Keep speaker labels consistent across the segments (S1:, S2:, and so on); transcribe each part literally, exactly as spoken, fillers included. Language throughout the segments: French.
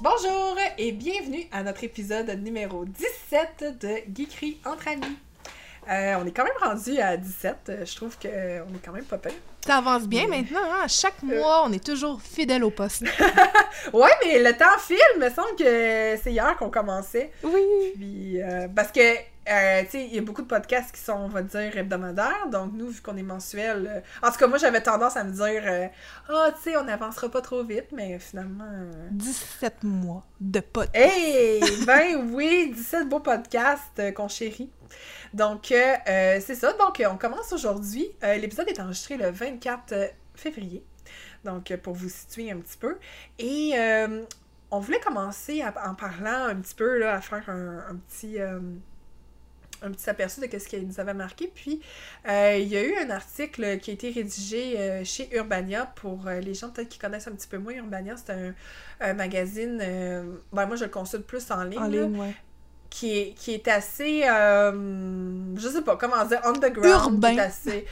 S1: Bonjour et bienvenue à notre épisode numéro dix-sept de Geekerie entre amis. Euh, on est quand même rendu à dix-sept, je trouve qu'on euh, est quand même pas pire.
S2: Ça avance bien mais... maintenant, hein? Chaque mois, euh... on est toujours fidèle au poste.
S1: Ouais, mais le temps file, il me semble que c'est hier qu'on commençait.
S2: Oui.
S1: Puis, euh, parce que, euh, tu sais, il y a beaucoup de podcasts qui sont, on va dire, hebdomadaires, donc nous, vu qu'on est mensuel... Euh... En tout cas, moi, j'avais tendance à me dire, ah, euh, oh, tu sais, on n'avancera pas trop vite, mais finalement... Euh...
S2: dix-sept mois de podcasts.
S1: Hey! Ben oui, dix-sept beaux podcasts euh, qu'on chérit. Donc, euh, euh, c'est ça. Donc, euh, on commence aujourd'hui. Euh, l'épisode est enregistré le vingt-quatre février. Donc, euh, pour vous situer un petit peu. Et euh, on voulait commencer à, en parlant un petit peu, là, à faire un, un petit... Euh, un petit aperçu de ce qui nous avait marqué. Puis, euh, il y a eu un article qui a été rédigé euh, chez Urbania pour euh, les gens peut-être qui connaissent un petit peu moins Urbania. C'est un, un magazine... Euh, ben, moi, je le consulte plus en ligne.
S2: En ligne, oui.
S1: Qui est, qui est assez, euh, je sais pas comment dire, underground.
S2: Urbain.
S1: Qui est assez...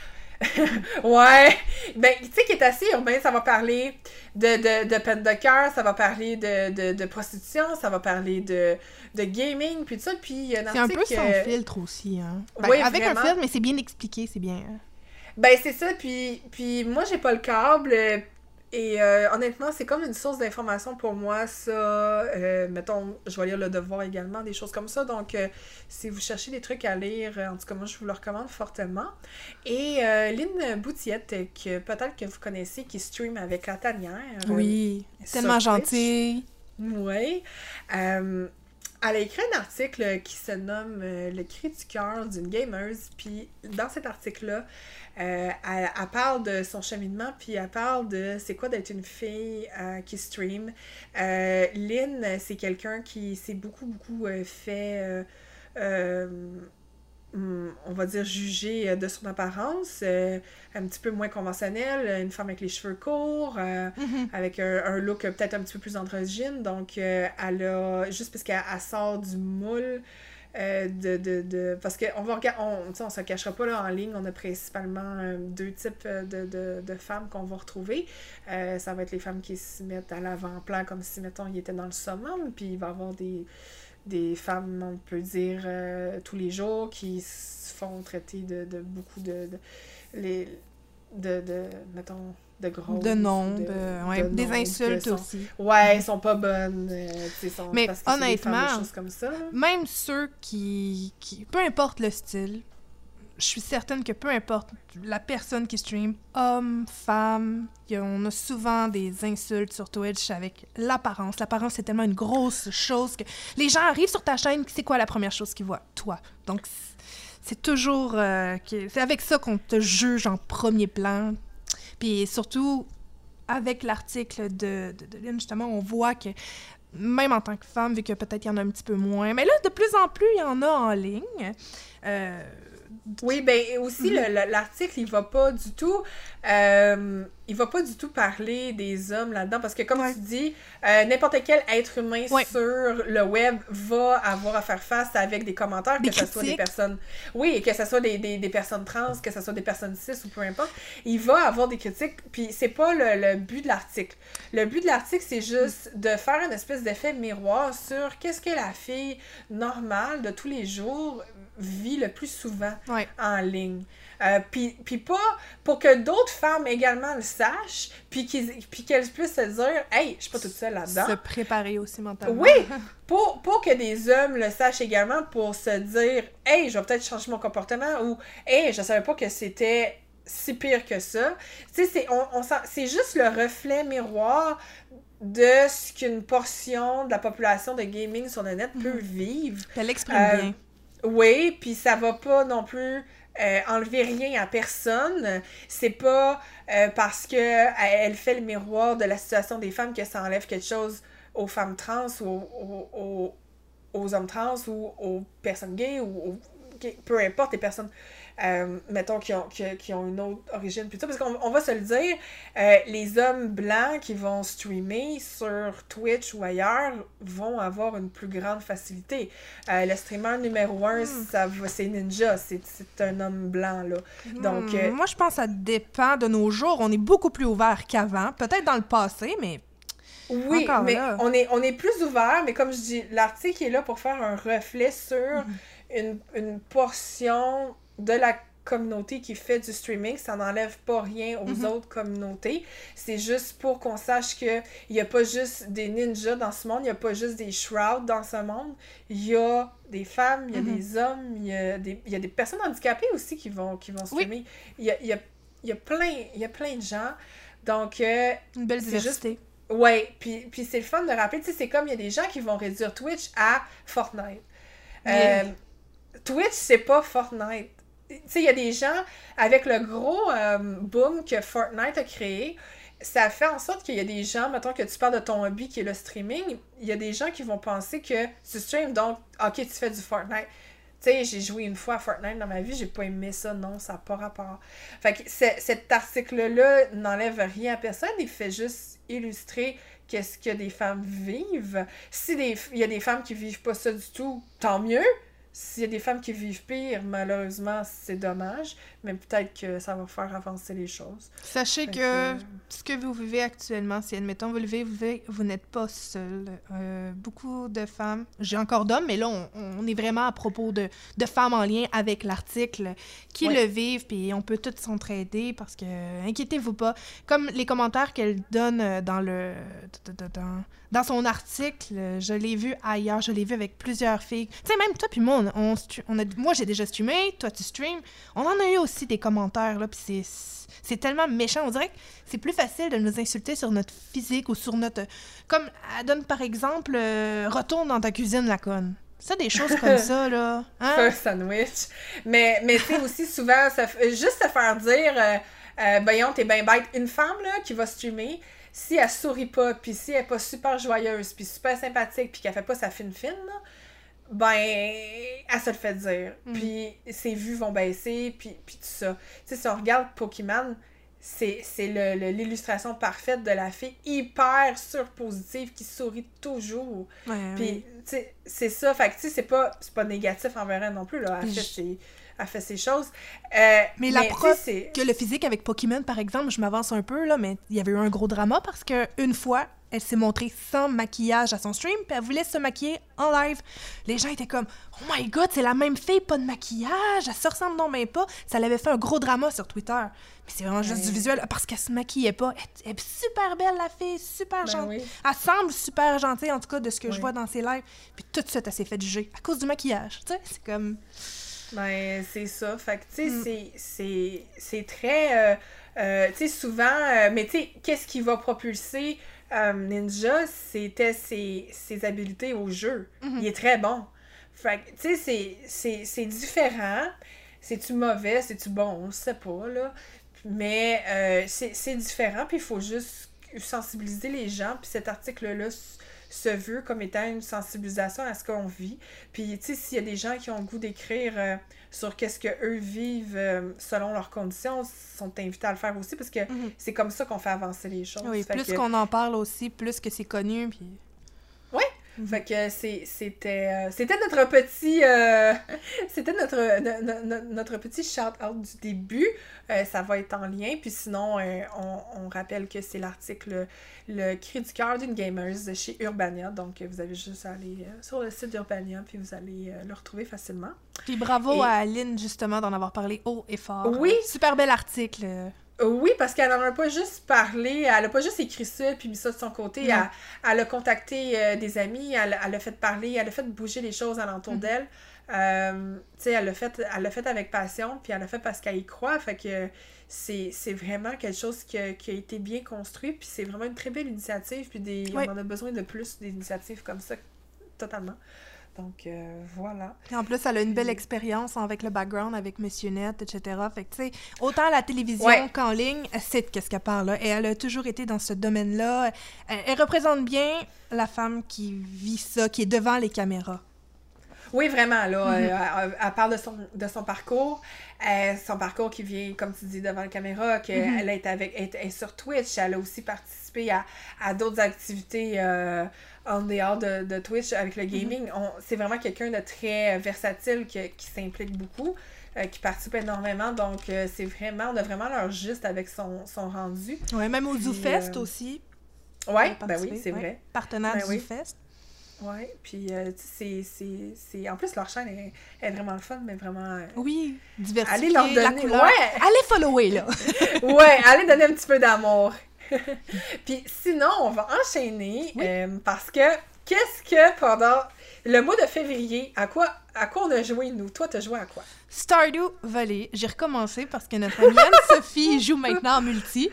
S1: ouais, ben, tu sais, qui est assez urbain, ça va parler de, de, de peine de cœur, ça va parler de, de, de prostitution, ça va parler de, de gaming, puis tout ça, puis il y a un
S2: article... C'est un peu sans filtre aussi, hein. Ben, oui, avec vraiment. Un filtre, mais c'est bien expliqué, c'est bien. Hein?
S1: Ben, c'est ça, puis, puis moi, j'ai pas le câble, et euh, honnêtement, c'est comme une source d'information pour moi, ça. Euh, mettons, je vais lire Le Devoir également, des choses comme ça. Donc, euh, si vous cherchez des trucs à lire, en tout cas, moi, je vous le recommande fortement. Et euh, Lynn Boutiette, que peut-être que vous connaissez, qui stream avec La Tanière.
S2: Oui, euh, tellement gentille.
S1: Oui. Euh, elle a écrit un article qui se nomme euh, « Le cri du cœur d'une gameuse ». Puis, dans cet article-là, Euh, elle, elle parle de son cheminement, puis elle parle de c'est quoi d'être une fille euh, qui stream. Euh, Lynn, c'est quelqu'un qui s'est beaucoup, beaucoup euh, fait, euh, euh, on va dire, juger de son apparence, euh, un petit peu moins conventionnelle, une femme avec les cheveux courts, euh, mm-hmm. avec un, un look peut-être un petit peu plus androgyne. Donc, euh, elle a, juste parce qu'elle elle sort du moule, Euh, de, de, de, parce qu'on va regarder, on ne se cachera pas là en ligne, on a principalement euh, deux types de, de, de femmes qu'on va retrouver. Euh, ça va être les femmes qui se mettent à l'avant-plan comme si, mettons, ils étaient dans le summum, puis il va y avoir des, des femmes, on peut dire, euh, tous les jours qui se font traiter de, de beaucoup de, de, les, de, de, mettons, de gros.
S2: De noms, de, de, ouais, de des noms, insultes sont, aussi.
S1: Ouais, elles sont pas bonnes. Euh, sont,
S2: mais
S1: parce que
S2: honnêtement,
S1: des choses comme ça,
S2: même ceux qui, qui... Peu importe le style, je suis certaine que peu importe la personne qui stream, homme, femme, y a, on a souvent des insultes sur Twitch avec l'apparence. L'apparence, c'est tellement une grosse chose que les gens arrivent sur ta chaîne, c'est quoi la première chose qu'ils voient? Toi. Donc, c'est toujours... Euh, que, c'est avec ça qu'on te juge en premier plan. Puis surtout, avec l'article de, de, de Lynn, justement, on voit que même en tant que femme, vu que peut-être il y en a un petit peu moins, mais là, de plus en plus, il y en a en ligne. Euh,
S1: oui, ben aussi, mm-hmm. le, l'article, il va pas du tout... Euh, il va pas du tout parler des hommes là-dedans, parce que comme ouais. tu dis, euh, n'importe quel être humain ouais. sur le web va avoir à faire face avec des commentaires,
S2: des
S1: que ce soit des personnes... Oui, que ce soit des, des, des personnes trans, que ce soit des personnes cis ou peu importe. Il va avoir des critiques, puis c'est pas le, le but de l'article. Le but de l'article, c'est juste mm. de faire une espèce d'effet miroir sur qu'est-ce que la fille normale de tous les jours vit le plus souvent
S2: ouais.
S1: en ligne. Euh, puis, puis pas pour que d'autres femmes également le sachent, puis, qu'ils, puis qu'elles puissent se dire « Hey, je suis pas toute seule là-dedans. »
S2: Se préparer aussi mentalement.
S1: Oui! Pour, pour que des hommes le sachent également, pour se dire « Hey, je vais peut-être changer mon comportement » ou « Hey, je savais pas que c'était si pire que ça. » Tu sais, c'est, on, on c'est juste le reflet miroir de ce qu'une portion de la population de gaming sur le net mmh. peut vivre.
S2: Elle l'exprime euh, bien.
S1: Oui, puis ça va pas non plus... Euh, enlever rien à personne. C'est pas euh, parce que euh, elle fait le miroir de la situation des femmes que ça enlève quelque chose aux femmes trans ou aux, aux, aux hommes trans ou aux personnes gays ou aux, peu importe les personnes euh, mettons qui ont, qui, qui ont une autre origine puis tout, parce qu'on on va se le dire, euh, les hommes blancs qui vont streamer sur Twitch ou ailleurs vont avoir une plus grande facilité. Euh, le streamer numéro un, mm. ça va, c'est Ninja, c'est, c'est un homme blanc là. Donc,
S2: mm,
S1: euh,
S2: moi je pense que ça dépend de nos jours, on est beaucoup plus ouvert qu'avant, peut-être dans le passé, mais
S1: Oui,
S2: Encore
S1: mais
S2: là.
S1: on est, on est plus ouvert, mais comme je dis, l'article est là pour faire un reflet sur mm-hmm. une, une portion de la communauté qui fait du streaming. Ça n'enlève pas rien aux mm-hmm. autres communautés. C'est juste pour qu'on sache qu'il n'y a pas juste des ninjas dans ce monde, il n'y a pas juste des shrouds dans ce monde. Il y a des femmes, il y a mm-hmm. des hommes, il y a des, il y a des personnes handicapées aussi qui vont, qui vont streamer. Oui. Il y a, il y a, il y a plein, il y a plein de gens. Donc, euh,
S2: une belle diversité.
S1: Juste... Oui, puis, puis c'est le fun de rappeler, tu sais, c'est comme il y a des gens qui vont réduire Twitch à Fortnite. Euh, oui. Twitch, c'est pas Fortnite. Tu sais, il y a des gens, avec le gros euh, boom que Fortnite a créé, ça fait en sorte qu'il y a des gens, mettons que tu parles de ton hobby qui est le streaming, il y a des gens qui vont penser que tu streams, donc, ok, tu fais du Fortnite. Tu sais, j'ai joué une fois à Fortnite dans ma vie, j'ai pas aimé ça, non, ça n'a pas rapport. Fait que cet article-là n'enlève rien à personne, il fait juste illustrer qu'est-ce que des femmes vivent. Si il y a des femmes qui vivent pas ça du tout, tant mieux. S'il y a des femmes qui vivent pire, malheureusement, c'est dommage, mais peut-être que ça va faire avancer les choses.
S2: Sachez que, que ce que vous vivez actuellement, si admettons vous le vivez, vous n'êtes pas seul. Euh, beaucoup de femmes, j'ai encore d'hommes, mais là, on, on est vraiment à propos de, de femmes en lien avec l'article qui oui. le vivent, puis on peut toutes s'entraider parce que, inquiétez-vous pas, comme les commentaires qu'elle donne dans le dans, dans son article, je l'ai vu ailleurs, je l'ai vu avec plusieurs filles. Tu sais, même toi puis moi, on, on, on a, moi j'ai déjà streamé, toi tu streams, on en a eu aussi des commentaires, là, puis c'est, c'est tellement méchant. On dirait que c'est plus facile de nous insulter sur notre physique ou sur notre... Comme, elle donne par exemple, euh, retourne dans ta cuisine, la conne. Ça, des choses comme ça, là. Hein?
S1: Un sandwich. Mais, mais tu sais, aussi, souvent, ça, juste se faire dire, euh, euh, ben, t'es ben bête. Une femme, là, qui va streamer, si elle sourit pas, puis si elle est pas super joyeuse, puis super sympathique, puis qu'elle fait pas sa fine-fine, là, ben, elle se le fait dire. Mm. Puis ses vues vont baisser, puis, puis tout ça. Tu sais, si on regarde Pokémon, c'est, c'est le, le, l'illustration parfaite de la fille hyper surpositive qui sourit toujours.
S2: Ouais,
S1: puis,
S2: oui.
S1: tu sais, c'est ça. Fait que, tu sais, c'est pas, c'est pas négatif envers elle non plus, là. Elle, fait,
S2: je...
S1: ses, elle fait ses choses. Euh,
S2: mais, mais la preuve que le physique avec Pokémon, par exemple, je m'avance un peu, là, mais il y avait eu un gros drama parce qu'une fois, elle s'est montrée sans maquillage à son stream, puis elle voulait se maquiller en live. Les gens étaient comme « Oh my God, c'est la même fille, pas de maquillage, elle se ressemble non même pas. » Ça l'avait fait un gros drama sur Twitter. Mais c'est vraiment juste ouais. du visuel, parce qu'elle se maquillait pas. Elle, elle est super belle, la fille, super
S1: ben
S2: gentille.
S1: Oui.
S2: Elle semble super gentille, en tout cas, de ce que
S1: oui.
S2: je vois dans ses lives. Puis tout de suite, elle s'est fait juger à cause du maquillage. Tu sais, c'est comme...
S1: Ben, c'est ça. Fait que, tu sais, mm. c'est, c'est, c'est très... Euh, euh, tu sais, souvent... Euh, mais, tu sais, qu'est-ce qui va propulser... Um, Ninja, c'était ses, ses habiletés au jeu. Mm-hmm. Il est très bon. Fait que, tu sais, c'est, c'est, c'est différent. C'est-tu mauvais? C'est-tu bon? On ne sait pas, là. Mais euh, c'est, c'est différent, puis il faut juste sensibiliser les gens. Puis cet article-là se veut comme étant une sensibilisation à ce qu'on vit. Puis, tu sais, s'il y a des gens qui ont le goût d'écrire euh, sur qu'est-ce qu'eux vivent euh, selon leurs conditions, sont invités à le faire aussi, parce que mm-hmm. c'est comme ça qu'on fait avancer les choses.
S2: Oui,
S1: fait
S2: plus
S1: que...
S2: qu'on en parle aussi, plus que c'est connu, puis...
S1: Oui! Mm-hmm. Fait que c'est, c'était, euh, c'était notre petit... Euh, c'était notre, no, no, notre petit shout-out du début. Euh, ça va être en lien. Puis sinon, euh, on, on rappelle que c'est l'article Le cri du cœur d'une gameuse chez Urbania. Donc, vous avez juste à aller euh, sur le site d'Urbania, puis vous allez euh, le retrouver facilement.
S2: Puis bravo
S1: et...
S2: à Aline, justement, d'en avoir parlé haut et fort.
S1: Oui!
S2: Super bel article.
S1: Oui, parce qu'elle n'en a pas juste parlé, elle n'a pas juste écrit ça puis mis ça de son côté. Elle, elle a contacté euh, des amis, elle, elle a fait parler, elle a fait bouger les choses alentour mm-hmm. d'elle. Euh, tu sais, elle l'a fait, elle l'a fait avec passion, puis elle l'a fait parce qu'elle y croit. Fait que c'est, c'est vraiment quelque chose qui a, qui a été bien construit, puis c'est vraiment une très belle initiative. Puis des, oui. on en a besoin de plus d'initiatives comme ça, totalement. Donc, euh, voilà.
S2: Et en plus, elle a une belle expérience avec le background, avec Monsieur Net, et cetera. Fait que, tu sais, autant à la télévision ouais. qu'en ligne, elle sait de qu'est-ce qu'elle parle, là. Et elle a toujours été dans ce domaine-là. Elle, elle représente bien la femme qui vit ça, qui est devant les caméras.
S1: Oui, vraiment, là. Mm-hmm. Euh, elle, elle parle de son, de son parcours. Euh, son parcours qui vient, comme tu dis, devant la caméra, qu'elle mm-hmm. est, avec, est, est sur Twitch. Elle a aussi participé à, à d'autres activités euh, en dehors de, de Twitch avec le gaming. Mm-hmm. On, c'est vraiment quelqu'un de très versatile qui, qui s'implique beaucoup, euh, qui participe énormément. Donc, euh, c'est vraiment, on a vraiment leur juste avec son, son rendu.
S2: Oui, même au ZooFest euh, aussi.
S1: Ouais, ben oui, c'est ouais. vrai.
S2: Partenaire
S1: ben
S2: du
S1: oui.
S2: Fest.
S1: Ouais, puis euh, c'est, c'est, c'est... En plus, leur chaîne est, est vraiment le fun, mais vraiment... Euh...
S2: Oui, diversifiée,
S1: allez leur donner...
S2: la couleur.
S1: Ouais!
S2: Allez follower, là!
S1: Ouais, allez donner un petit peu d'amour. Puis sinon, on va enchaîner, oui. euh, parce que qu'est-ce que pendant le mois de février, à quoi, à quoi on a joué, nous? Toi, t'as joué à quoi?
S2: Stardew Valley. J'ai recommencé parce que notre amie Anne-Sophie joue maintenant en multi.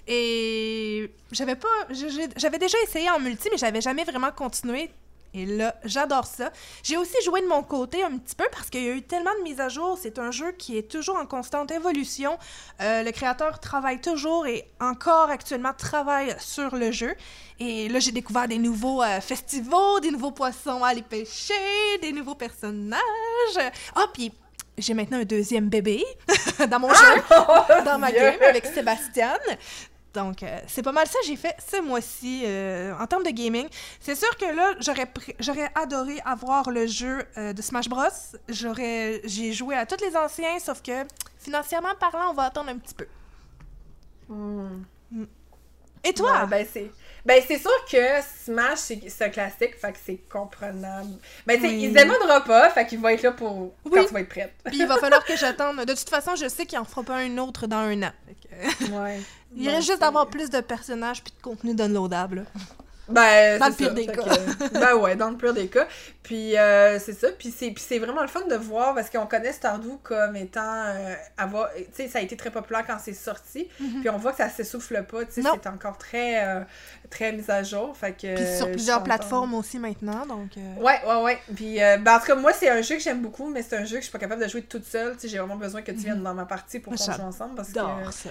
S2: Et j'avais pas... J'avais déjà essayé en multi, mais j'avais jamais vraiment continué. Et là, j'adore ça. J'ai aussi joué de mon côté un petit peu parce qu'il y a eu tellement de mises à jour. C'est un jeu qui est toujours en constante évolution. Euh, le créateur travaille toujours et encore actuellement travaille sur le jeu. Et là, j'ai découvert des nouveaux euh, festivals, des nouveaux poissons à aller pêcher, des nouveaux personnages. Ah, puis j'ai maintenant un deuxième bébé dans mon jeu,
S1: ah,
S2: dans ma game avec Sébastien. Donc, euh, c'est pas mal ça que j'ai fait ce mois-ci euh, en termes de gaming. C'est sûr que là, j'aurais pr- j'aurais adoré avoir le jeu euh, de Smash Bros. J'aurais, j'ai joué à tous les anciens, sauf que financièrement parlant, on va attendre un petit peu.
S1: Mm.
S2: Mm. Et toi?
S1: Ouais, ben, c'est... ben, c'est sûr que Smash, c'est, c'est un classique, fait que c'est comprenable. Ben, tu sais, oui. il se démodera pas, fait qu'il va être là pour oui. quand tu vas être prête.
S2: Puis il va falloir que j'attende. De toute façon, je sais qu'il en fera pas un autre dans un an. Fait que...
S1: ouais.
S2: Il reste juste d'avoir plus de personnages puis de contenu downloadable.
S1: Ben,
S2: dans
S1: c'est
S2: le pire
S1: ça,
S2: des cas.
S1: Que, ben ouais, dans le pire des cas. Puis euh, c'est ça. Puis c'est, puis c'est vraiment le fun de voir parce qu'on connaît Stardew comme étant... Euh, avoir, tu sais, ça a été très populaire quand c'est sorti. Mm-hmm. Puis on voit que ça s'essouffle pas. Tu sais, c'est encore très, euh, très mis à jour. Fait que,
S2: puis sur plusieurs plateformes aussi maintenant. Donc, euh...
S1: Ouais, ouais, ouais. Puis euh, ben, en tout cas, moi, c'est un jeu que j'aime beaucoup, mais c'est un jeu que je suis pas capable de jouer toute seule. Tu sais, j'ai vraiment besoin que tu viennes mm-hmm. dans ma partie pour qu'on joue ensemble. Parce que...
S2: ça.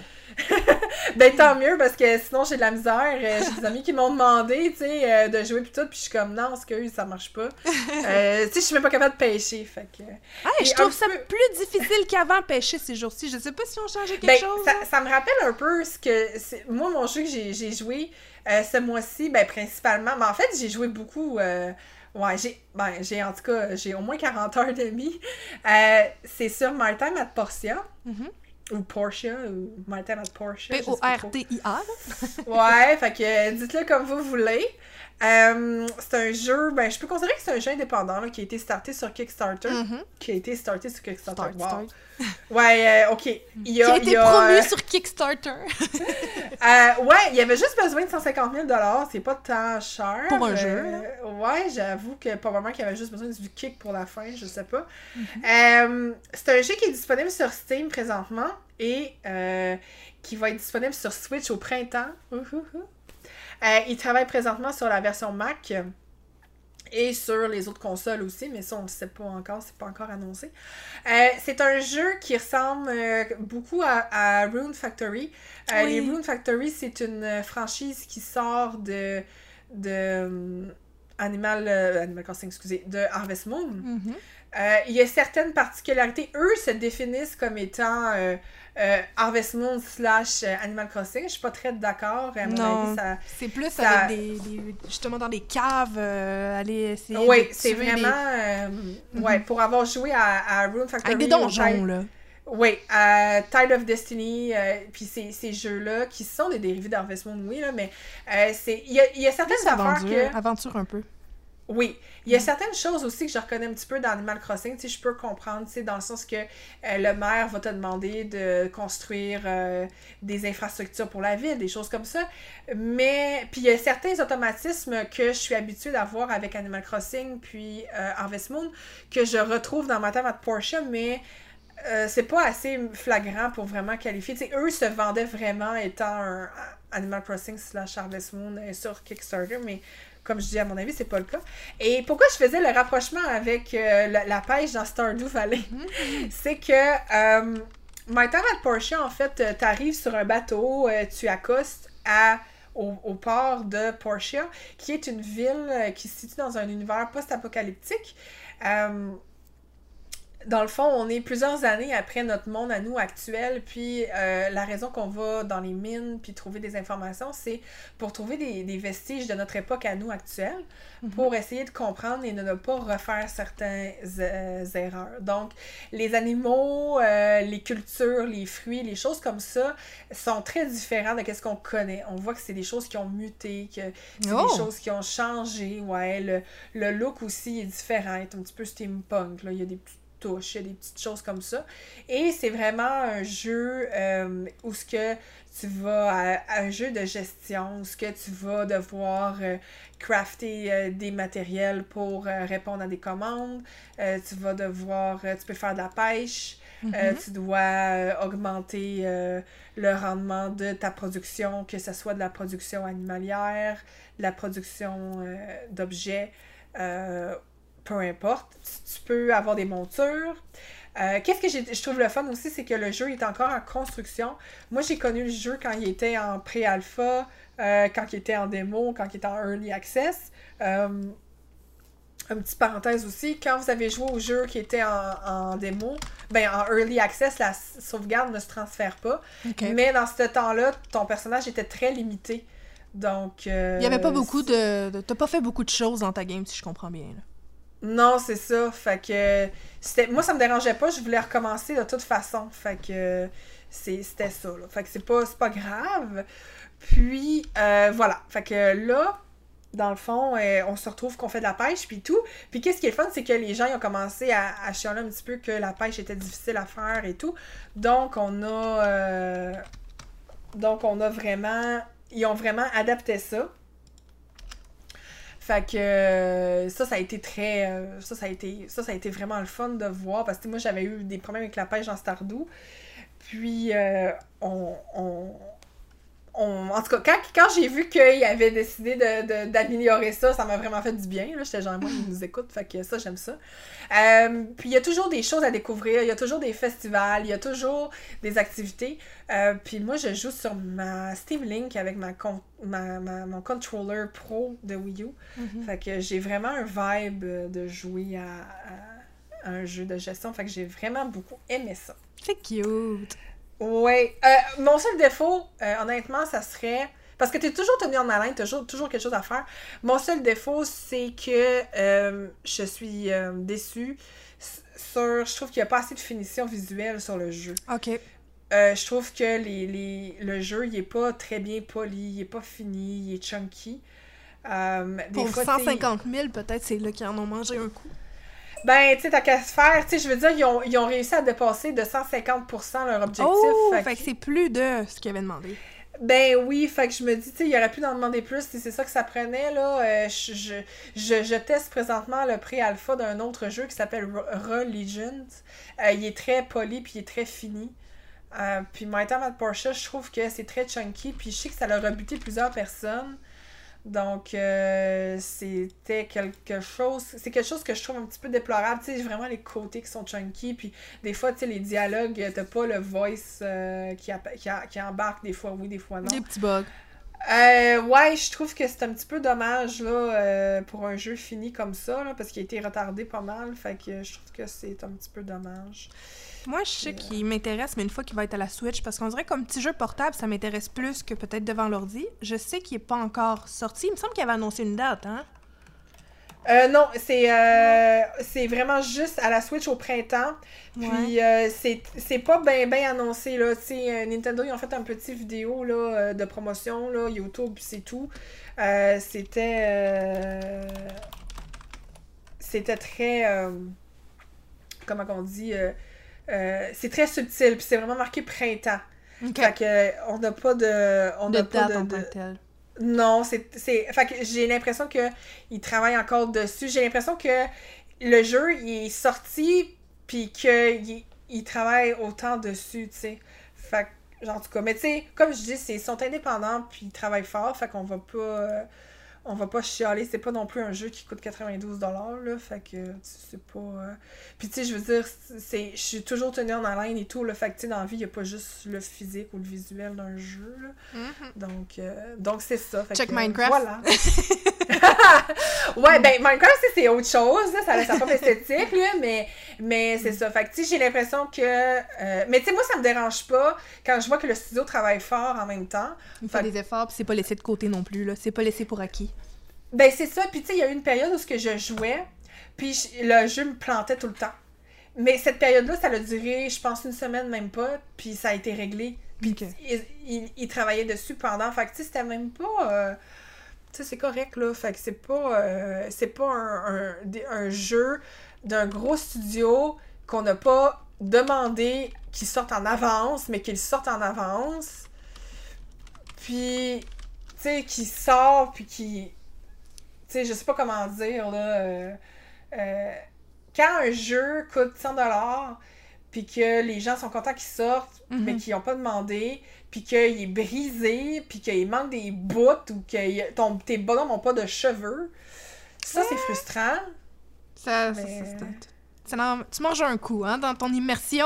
S1: Ben tant mieux parce que sinon j'ai de la misère. Euh, j'ai des amis qui m'ont demandé, tu sais, euh, de jouer pis tout, puis je suis comme non, excuse, ça marche pas. Euh, tu sais, je suis même pas capable de pêcher, fait que.
S2: Hey, je trouve ça peu... plus difficile qu'avant pêcher ces jours-ci. Je sais pas si on changé quelque
S1: ben,
S2: chose.
S1: Ça, ça me rappelle un peu ce que c'est... moi mon jeu que j'ai, j'ai joué euh, ce mois-ci, ben principalement, mais en fait j'ai joué beaucoup. Euh... Ouais, j'ai, ben, j'ai en tout cas, j'ai au moins quarante heures de demi. Euh, c'est sur My Time at Portia. Mm-hmm. Ou Portia, ou My Time at Portia.
S2: P O R T I A.
S1: Ouais, fait que dites-le comme vous voulez. Euh, c'est un jeu, ben je peux considérer que c'est un jeu indépendant là, qui a été starté sur Kickstarter. Mm-hmm. Qui a été starté sur Kickstarter.
S2: Start,
S1: wow.
S2: Start.
S1: Ouais, euh, ok. Il y a,
S2: qui a été
S1: il y a,
S2: promu
S1: euh...
S2: sur Kickstarter.
S1: euh, ouais, il y avait juste besoin de cent cinquante mille dollars, c'est pas tant cher.
S2: Pour un
S1: euh,
S2: jeu. Là.
S1: Ouais, j'avoue que probablement qu'il y avait juste besoin du kick pour la fin, je sais pas.
S2: Mm-hmm.
S1: Euh, c'est un jeu qui est disponible sur Steam présentement et euh, qui va être disponible sur Switch au printemps. Uh-huh. Euh, il travaille présentement sur la version Mac et sur les autres consoles aussi, mais ça on ne sait pas encore, c'est pas encore annoncé. Euh, c'est un jeu qui ressemble euh, beaucoup à, à Rune Factory. Euh, oui. Les Rune Factory, c'est une franchise qui sort de, de um, Animal, euh, Animal Crossing, excusez, de Harvest Moon.
S2: Mm-hmm.
S1: Euh, il y a certaines particularités. Eux se définissent comme étant euh, euh, Harvest Moon slash Animal Crossing. Je suis pas très d'accord. À mon
S2: non,
S1: avis, ça,
S2: c'est plus
S1: ça...
S2: avec des, des... justement dans des caves, euh, aller essayer
S1: oui,
S2: de
S1: c'est vraiment...
S2: des...
S1: Euh, mm-hmm. Ouais, pour avoir joué à, à Rune Factory...
S2: Avec des donjons, Tide... là.
S1: Oui, à Tide of Destiny, euh, puis ces, ces jeux-là, qui sont des dérivés d'Harvest Moon, oui, là, mais euh, c'est... Il y a, il y a certaines affaires que...
S2: Aventure un peu.
S1: Oui. Il y a mm. certaines choses aussi que je reconnais un petit peu dans Animal Crossing, tu sais, je peux comprendre, tu sais, dans le sens que euh, le maire va te demander de construire euh, des infrastructures pour la ville, des choses comme ça, mais, puis il y a certains automatismes que je suis habituée d'avoir avec Animal Crossing, puis euh, Harvest Moon, que je retrouve dans ma table à Portia, mais euh, c'est pas assez flagrant pour vraiment qualifier, tu sais, eux se vendaient vraiment étant un Animal Crossing slash Harvest Moon euh, sur Kickstarter, mais comme je dis, à mon avis, c'est pas le cas. Et pourquoi je faisais le rapprochement avec euh, la, la pêche dans Stardew Valley? Mm-hmm. C'est que euh, My Time at Portia, en fait, t'arrives sur un bateau, euh, tu accostes à, au, au port de Portia, qui est une ville euh, qui se situe dans un univers post-apocalyptique. Euh, dans le fond, on est plusieurs années après notre monde à nous actuel, puis euh, la raison qu'on va dans les mines puis trouver des informations, c'est pour trouver des, des vestiges de notre époque à nous actuelle, mm-hmm. pour essayer de comprendre et de ne pas refaire certaines euh, erreurs. Donc, les animaux, euh, les cultures, les fruits, les choses comme ça sont très différents de ce qu'on connaît. On voit que c'est des choses qui ont muté, que c'est oh. des choses qui ont changé. Ouais, le, le look aussi est différent, il est un petit peu steampunk, là. Il y a des petits touches, il y a des petites choses comme ça. Et c'est vraiment un jeu euh, où ce que tu vas, à, un jeu de gestion, où ce que tu vas devoir euh, crafter euh, des matériels pour euh, répondre à des commandes, euh, tu vas devoir, euh, tu peux faire de la pêche, mm-hmm. euh, tu dois euh, augmenter euh, le rendement de ta production, que ce soit de la production animalière, de la production euh, d'objets, euh, peu importe, tu peux avoir des montures. Euh, qu'est-ce que j'ai, je trouve le fun aussi, c'est que le jeu est encore en construction. Moi, j'ai connu le jeu quand il était en pré-alpha, euh, quand il était en démo, quand il était en early access. Euh, une petite parenthèse aussi, quand vous avez joué au jeu qui était en, en démo, ben en early access, la sauvegarde ne se transfère pas. Okay. Mais dans ce temps-là, ton personnage était très limité. Donc, euh,
S2: il y avait pas beaucoup de, de... T'as pas fait beaucoup de choses dans ta game, si je comprends bien, là.
S1: Non, c'est ça. Fait que c'était... moi, ça me dérangeait pas. Je voulais recommencer de toute façon. Fait que c'est... c'était ça. Là. Fait que c'est pas, c'est pas grave. Puis, euh, voilà. Fait que là, dans le fond, euh, on se retrouve qu'on fait de la pêche puis tout. Puis qu'est-ce qui est le fun, c'est que les gens ils ont commencé à, à chialer un petit peu que la pêche était difficile à faire et tout. Donc, on a... Euh... Donc, on a vraiment... Ils ont vraiment adapté ça. Fait que euh, ça, ça a été très... Euh, ça, ça a été, ça, ça a été vraiment le fun de voir. Parce que moi, j'avais eu des problèmes avec la pêche dans Stardew. Puis, euh, on, on, on... En tout cas, quand, quand j'ai vu qu'il avait décidé de, de, d'améliorer ça, ça m'a vraiment fait du bien. Là. J'étais genre, moi, ils nous écoutent. Fait que ça, j'aime ça. Euh, puis, il y a toujours des choses à découvrir. Il y a toujours des festivals. Il y a toujours des activités. Euh, puis moi, je joue sur ma Steam Link avec ma, con- ma, ma mon controller pro de Wii U. Mm-hmm. Fait que j'ai vraiment un vibe de jouer à, à, à un jeu de gestion. Fait que j'ai vraiment beaucoup aimé ça.
S2: C'est cute!
S1: Ouais. Euh, mon seul défaut, euh, honnêtement, ça serait... Parce que t'es toujours tenu en haleine, t'as toujours, toujours quelque chose à faire. Mon seul défaut, c'est que euh, je suis euh, déçue sur... Je trouve qu'il n'y a pas assez de finition visuelle sur le jeu.
S2: OK.
S1: Euh, je trouve que les, les, le jeu, il est pas très bien poli, il est pas fini, il est chunky. Euh, des
S2: Pour
S1: fois,
S2: cent cinquante mille, peut-être, c'est là qu'ils en ont mangé un coup.
S1: Ben, tu sais, t'as qu'à se faire, tu sais, je veux dire, ils ont, ils ont réussi à dépasser de cent cinquante pour cent leur objectif.
S2: Oh, fait, fait que c'est plus de ce qu'ils avaient demandé.
S1: Ben oui, fait que je me dis, tu sais, il aurait pu en demander plus si c'est ça que ça prenait, là. Euh, je, je, je, je teste présentement le pré-alpha d'un autre jeu qui s'appelle Religions. Euh, il est très poli, puis il est très fini. Euh, puis My Time at Portia, je trouve que c'est très chunky, puis je sais que ça a rebuté plusieurs personnes. Donc, euh, c'était quelque chose... C'est quelque chose que je trouve un petit peu déplorable. Tu sais, vraiment les côtés qui sont chunky, puis des fois, tu sais, les dialogues, t'as pas le voice euh, qui, a, qui, a, qui embarque, des fois oui, des fois non.
S2: Des petits bugs.
S1: Euh, ouais, je trouve que c'est un petit peu dommage, là, euh, pour un jeu fini comme ça, là, parce qu'il a été retardé pas mal, fait que je trouve que c'est un petit peu dommage.
S2: Moi, je sais euh... qu'il m'intéresse, mais une fois qu'il va être à la Switch, parce qu'on dirait comme petit jeu portable, ça m'intéresse plus que peut-être devant l'ordi. Je sais qu'il n'est pas encore sorti. Il me semble qu'il avait annoncé une date, hein?
S1: Euh, non, c'est, euh, c'est vraiment juste à la Switch au printemps. Puis, ouais. euh, c'est, c'est pas bien ben annoncé, là. Tu sais, Nintendo, ils ont fait un petit vidéo, là, de promotion, là, YouTube, puis c'est tout. Euh, c'était... Euh, c'était très... Euh, comment on dit... Euh, Euh, c'est très subtil, puis c'est vraiment marqué printemps. Okay. Fait que on n'a pas de... On
S2: de
S1: n'a
S2: date
S1: pas de,
S2: en
S1: de...
S2: tant que tel.
S1: Non, c'est... c'est... Fait que j'ai l'impression qu'ils travaillent encore dessus. J'ai l'impression que le jeu, il est sorti, puis qu'ils il travaillent autant dessus, tu sais. Fait que, genre, en tout cas... Mais tu sais, comme je dis, ils sont indépendants, puis ils travaillent fort, fait qu'on va pas... Euh, on va pas chialer, c'est pas non plus un jeu qui coûte quatre-vingt-douze dollars, là, fait que c'est pas... Euh... Puis tu sais, je veux dire, c'est, je suis toujours tenue en haleine et tout, là, fait que tu sais, dans la vie, il y a pas juste le physique ou le visuel d'un jeu, là. Mm-hmm. Donc, euh, donc c'est ça. Fait
S2: Check
S1: que,
S2: Minecraft.
S1: Voilà. Ouais, ben Minecraft, c'est autre chose, là, ça n'a pas d'esthétique, là, mais, Mais c'est mm. ça. Fait que, tu sais, j'ai l'impression que... Euh, mais tu sais, moi, ça me dérange pas quand je vois que le studio travaille fort en même temps.
S2: Il fait, fait des efforts, puis c'est pas laissé de côté non plus, là. C'est pas laissé pour acquis.
S1: Ben, c'est ça. Puis, tu sais, il y a eu une période où ce que je jouais, puis je, le jeu me plantait tout le temps. Mais cette période-là, ça a duré, je pense, une semaine, même pas, puis ça a été réglé. Puis, okay. il, il, il travaillait dessus pendant. Fait que, tu sais, c'était même pas... Euh, tu sais, c'est correct, là. Fait que c'est pas... Euh, c'est pas un, un, un jeu d'un gros studio qu'on n'a pas demandé qu'il sorte en avance, mais qu'il sorte en avance. Puis, tu sais, qu'il sort, puis qu'il... Tu sais, je sais pas comment dire, là... Euh, euh, quand un jeu coûte cent dollars, puis que les gens sont contents qu'il sorte, mm-hmm. mais qu'ils n'ont pas demandé, puis qu'il est brisé, puis qu'il manque des bouts, ou que ton, tes bonhommes n'ont pas de cheveux, ça, ouais. c'est frustrant.
S2: Ça, mais... ça, ça, ça, ça, ça, tu manges un coup, hein, dans ton immersion.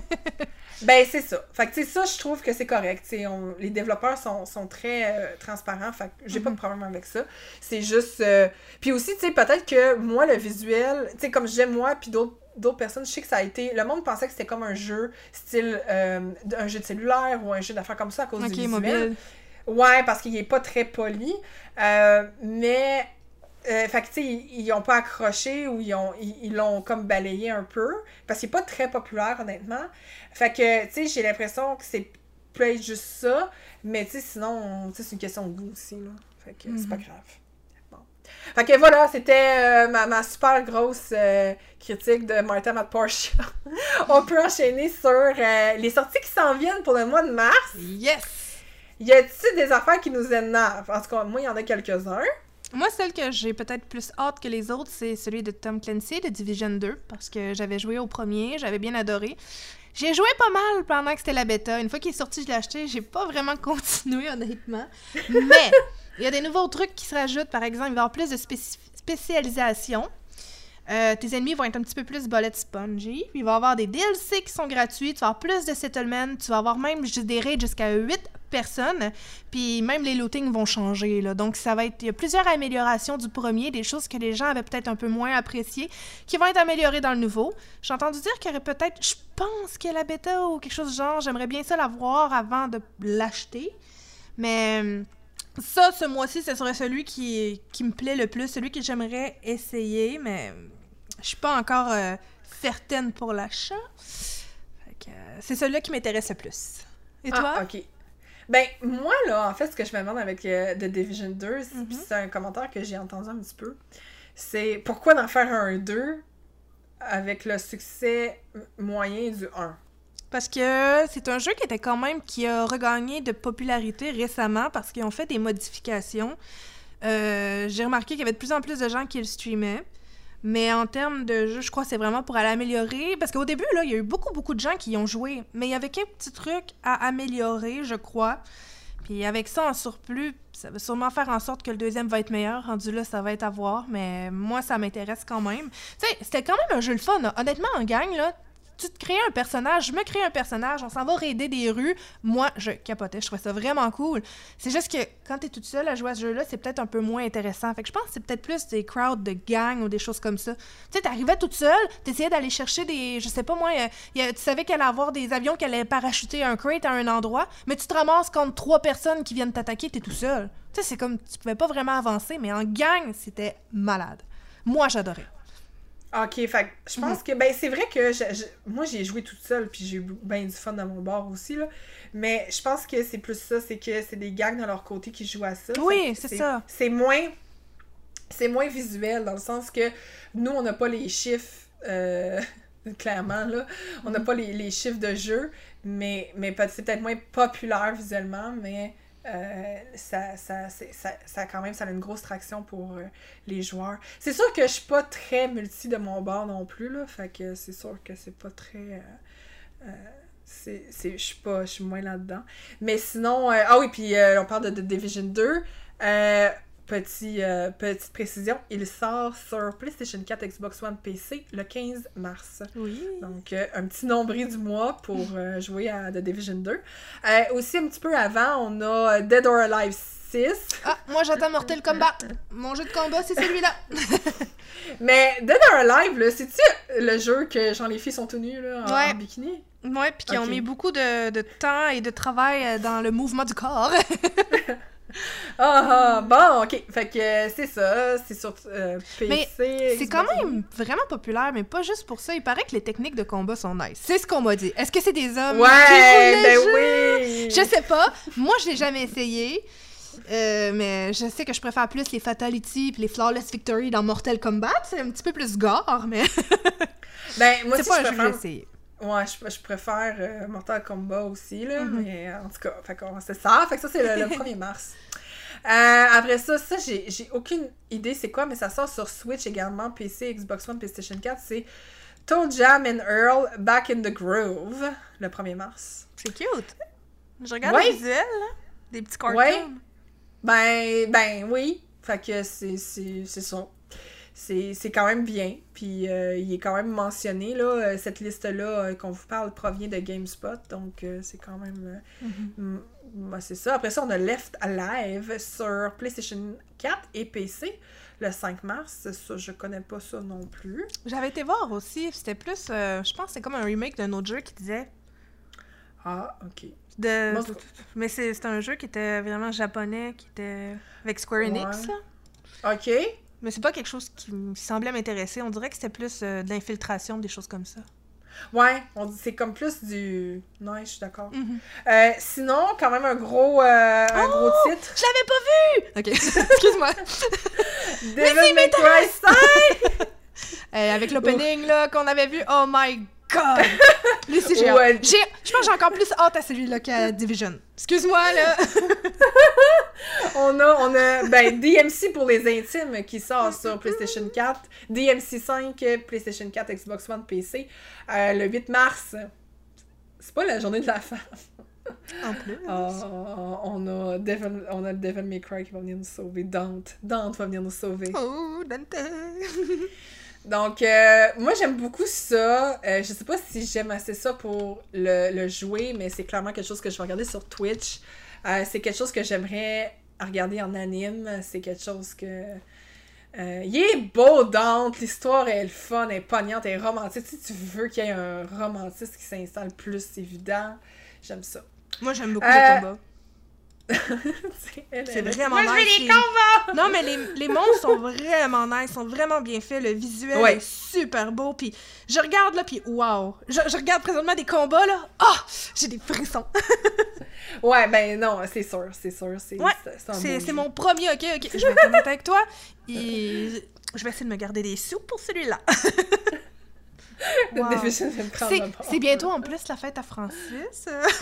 S1: Ben, c'est ça. Fait que, tu sais, ça, je trouve que c'est correct. Tu sais, on... les développeurs sont, sont très euh, transparents. Fait que j'ai mm-hmm. pas de problème avec ça. C'est juste... Euh... Puis aussi, tu sais, peut-être que moi, le visuel... Tu sais, comme je disais, moi, puis d'autres d'autres personnes, je sais que ça a été... Le monde pensait que c'était comme un jeu style... Euh, un jeu de cellulaire ou un jeu d'affaires comme ça à cause okay, du visuel. Mobile. Ouais, parce qu'il est pas très poli. Euh, mais... Euh, fait que, tu sais, ils, ils ont pas accroché ou ils ont ils, ils l'ont comme balayé un peu. Parce qu'il est pas très populaire, honnêtement. Fait que, tu sais, j'ai l'impression que c'est peut-être juste ça. Mais, tu sais, sinon, tu sais, c'est une question de goût aussi, là. Fait que mm-hmm. c'est pas grave. Bon. Fait que voilà, c'était euh, ma, ma super grosse euh, critique de Martha at Portia. On peut enchaîner sur euh, les sorties qui s'en viennent pour le mois de mars.
S2: Yes!
S1: Y a-t-il des affaires qui nous énervent? En tout cas, moi, il y en a quelques-uns.
S2: Moi, celle que j'ai peut-être plus hâte que les autres, c'est celui de Tom Clancy, de Division deux, parce que j'avais joué au premier, j'avais bien adoré. J'ai joué pas mal pendant que c'était la bêta. Une fois qu'il est sorti, je l'ai acheté. J'ai pas vraiment continué, honnêtement. Mais il y a des nouveaux trucs qui se rajoutent. Par exemple, il va y avoir plus de spécif- spécialisation. Euh, tes ennemis vont être un petit peu plus bullet spongy. Puis il va y avoir des D L C qui sont gratuits. Tu vas avoir plus de settlement. Tu vas avoir même des raids jusqu'à huit personnes. Puis même les lootings vont changer, là. Donc ça va être... Il y a plusieurs améliorations du premier, des choses que les gens avaient peut-être un peu moins appréciées, qui vont être améliorées dans le nouveau. J'ai entendu dire qu'il y aurait peut-être... Je pense qu'il y a la bêta ou quelque chose du genre. J'aimerais bien ça l'avoir avant de l'acheter. Mais... Ça, ce mois-ci, ce serait celui qui, qui me plaît le plus, celui que j'aimerais essayer, mais je suis pas encore euh, certaine pour l'achat. Fait que, euh, c'est celui-là qui m'intéresse le plus. Et toi?
S1: Ah, ok. Ben, moi, là, en fait, ce que je me demande avec euh, The Division deux, c'est, mm-hmm. c'est un commentaire que j'ai entendu un petit peu, c'est pourquoi d'en faire un deux avec le succès moyen du un?
S2: Parce que c'est un jeu qui était quand même, qui a regagné de popularité récemment parce qu'ils ont fait des modifications. Euh, j'ai remarqué qu'il y avait de plus en plus de gens qui le streamaient. Mais en termes de jeu, je crois que c'est vraiment pour aller améliorer. Parce qu'au début, là, il y a eu beaucoup, beaucoup de gens qui y ont joué. Mais il y avait quelques petits trucs à améliorer, je crois. Puis avec ça en surplus, ça va sûrement faire en sorte que le deuxième va être meilleur. Rendu là, ça va être à voir. Mais moi, ça m'intéresse quand même. Tu sais, c'était quand même un jeu le fun, là. Honnêtement, en gang, là, tu te crées un personnage, je me crée un personnage, on s'en va raider des rues. Moi, je capotais, je trouvais ça vraiment cool. C'est juste que quand t'es toute seule à jouer à ce jeu-là, c'est peut-être un peu moins intéressant. Fait que je pense que c'est peut-être plus des crowds de gang ou des choses comme ça. Tu sais, t'arrivais toute seule, t'essayais d'aller chercher des... Je sais pas moi, y a, tu savais qu'il allait avoir des avions qui allaient parachuter un crate à un endroit, mais tu te ramasses contre trois personnes qui viennent t'attaquer, t'es tout seul. Tu sais, c'est comme... Tu pouvais pas vraiment avancer, mais en gang, c'était malade. Moi, j'adorais.
S1: Ok, fait je pense mm-hmm. que, ben, c'est vrai que je, je, moi, j'ai joué toute seule, puis j'ai eu bien du fun dans mon bar aussi, là. Mais je pense que c'est plus ça, c'est que c'est des gangs de leur côté qui jouent à ça.
S2: Oui, c'est, c'est ça.
S1: C'est moins, c'est moins visuel, dans le sens que nous, on n'a pas les chiffres, euh, clairement, là. On n'a mm-hmm. pas les, les chiffres de jeu, mais, mais c'est peut-être moins populaire visuellement, mais... Euh, ça, ça, c'est, ça, ça, quand même, ça a une grosse traction pour euh, les joueurs. C'est sûr que je suis pas très multi de mon bord non plus, là, fait que c'est sûr que c'est pas très... Euh, euh, c'est, c'est, je suis pas, je suis moins là-dedans. Mais sinon, euh, ah oui, puis euh, on parle de, de Division deux. Euh, petit, euh, petite précision, il sort sur PlayStation quatre, Xbox One, P C le quinze mars.
S2: Oui.
S1: Donc, euh, un petit nombril du mois pour euh, jouer à The Division deux. Euh, aussi, un petit peu avant, on a Dead or Alive six.
S2: Ah, moi j'attends Mortal Kombat. Mon jeu de combat, c'est celui-là.
S1: Mais Dead or Alive, là, c'est-tu le jeu que genre les filles sont tenues là, en,
S2: Ouais.
S1: en bikini?
S2: Ouais, puis qui
S1: Ok.
S2: ont mis beaucoup de, de temps et de travail euh, dans le mouvement du corps.
S1: Ah, ah, bon, ok. Fait que euh, c'est ça, c'est sur euh, P C.
S2: Mais c'est
S1: Xbox
S2: quand
S1: One.
S2: même vraiment populaire, mais pas juste pour ça. Il paraît que les techniques de combat sont nice. C'est ce qu'on m'a dit. Est-ce que c'est des hommes qui
S1: Ouais,
S2: jouent le
S1: ben
S2: jeu?
S1: oui!
S2: Je sais pas. Moi, je l'ai jamais essayé. Euh, mais je sais que je préfère plus les Fatality et les Flawless Victory dans Mortal Kombat. C'est un petit peu plus gore, mais
S1: Ben, moi
S2: c'est
S1: aussi,
S2: pas
S1: je
S2: un jeu que
S1: préfère...
S2: j'ai essayé.
S1: Ouais, je, je préfère euh, Mortal Kombat aussi, là,
S2: Mhm.
S1: mais euh, en tout cas, fait qu'on c'est ça. Fait que ça, c'est le, le premier mars. Euh, après ça, ça, j'ai, j'ai aucune idée c'est quoi, mais ça sort sur Switch également, P C, Xbox One, PlayStation quatre. C'est Toe Jam and Earl Back in the Groove, le premier mars.
S2: C'est cute. Je regarde
S1: Ouais.
S2: les visuels, là. Des petits cartoons.
S1: Ouais. Ben, ben oui. Fait que c'est, c'est, c'est ça. C'est, c'est quand même bien. Puis euh, il est quand même mentionné, là. euh, Cette liste-là euh, qu'on vous parle provient de GameSpot. Donc euh, c'est quand même. Euh,
S2: Mhm.
S1: mm, ben, c'est ça. Après ça, on a Left Alive sur PlayStation quatre et P C le cinq mars. Ça, je connais pas ça non plus.
S2: J'avais été voir aussi, c'était plus, euh, je pense que c'est comme un remake d'un autre jeu qui disait.
S1: Ah, ok.
S2: De...
S1: Bon,
S2: Mais c'est c'est un jeu qui était vraiment japonais, qui était avec Square Enix,
S1: Ouais.
S2: là.
S1: Ok.
S2: Mais c'est pas quelque chose qui me semblait m'intéresser. On dirait que c'était plus euh, de l'infiltration, des choses comme ça.
S1: Ouais, on dit c'est comme plus du. Non, je suis d'accord. Euh, sinon, quand même un gros, euh, un
S2: Oh!
S1: gros titre.
S2: Je l'avais pas vu! Ok, excuse-moi.
S1: Devil May Cry cinq!
S2: Euh, avec l'opening là qu'on avait vu, oh my god! Lui, c'est géant.
S1: Ouais.
S2: J'ai- Je pense que j'ai encore plus hâte à celui-là qu'à Division. Excuse-moi, là.
S1: On a, on a ben, D M C pour les intimes qui sort sur PlayStation quatre, D M C cinq, PlayStation quatre, Xbox One, P C, euh, le huit mars. C'est pas la journée de la femme.
S2: En plus.
S1: Oh, on a Devil, on a Devil May Cry qui va venir nous sauver. Dante. Dante va venir nous sauver.
S2: Oh, Dante.
S1: Donc, euh, moi, j'aime beaucoup ça. Euh, je sais pas si j'aime assez ça pour le, le jouer, mais c'est clairement quelque chose que je vais regarder sur Twitch. Euh, c'est quelque chose que j'aimerais regarder en anime. C'est quelque chose que... Euh, il est beau, Dante. L'histoire est le fun, elle est pognante, elle est romantique. Si tu veux qu'il y ait un romantisme qui s'installe plus, c'est évident. J'aime ça.
S2: Moi, j'aime beaucoup
S1: Euh,
S2: les combats.
S1: c'est elle,
S2: C'est
S1: elle.
S2: vraiment
S1: Moi, je veux
S2: nice,
S1: les
S2: les-
S1: combats!
S2: Non, mais les, les monstres sont vraiment nice, sont vraiment bien faits. Le visuel
S1: Ouais.
S2: est super beau. Puis je regarde là, puis wow! Je, je regarde présentement des combats là. Ah! J'ai des frissons.
S1: Ouais, ben non, c'est sûr, c'est sûr. C'est,
S2: Ouais,
S1: c'est, c'est un
S2: C'est
S1: beau
S2: c'est
S1: jeu.
S2: mon premier, ok, ok. Je vais être honnête avec toi. Et je vais essayer de me garder des sous pour celui-là.
S1: The
S2: Wow.
S1: Division vient de prendre
S2: C'est
S1: le bord.
S2: c'est bientôt en plus la fête à Francis.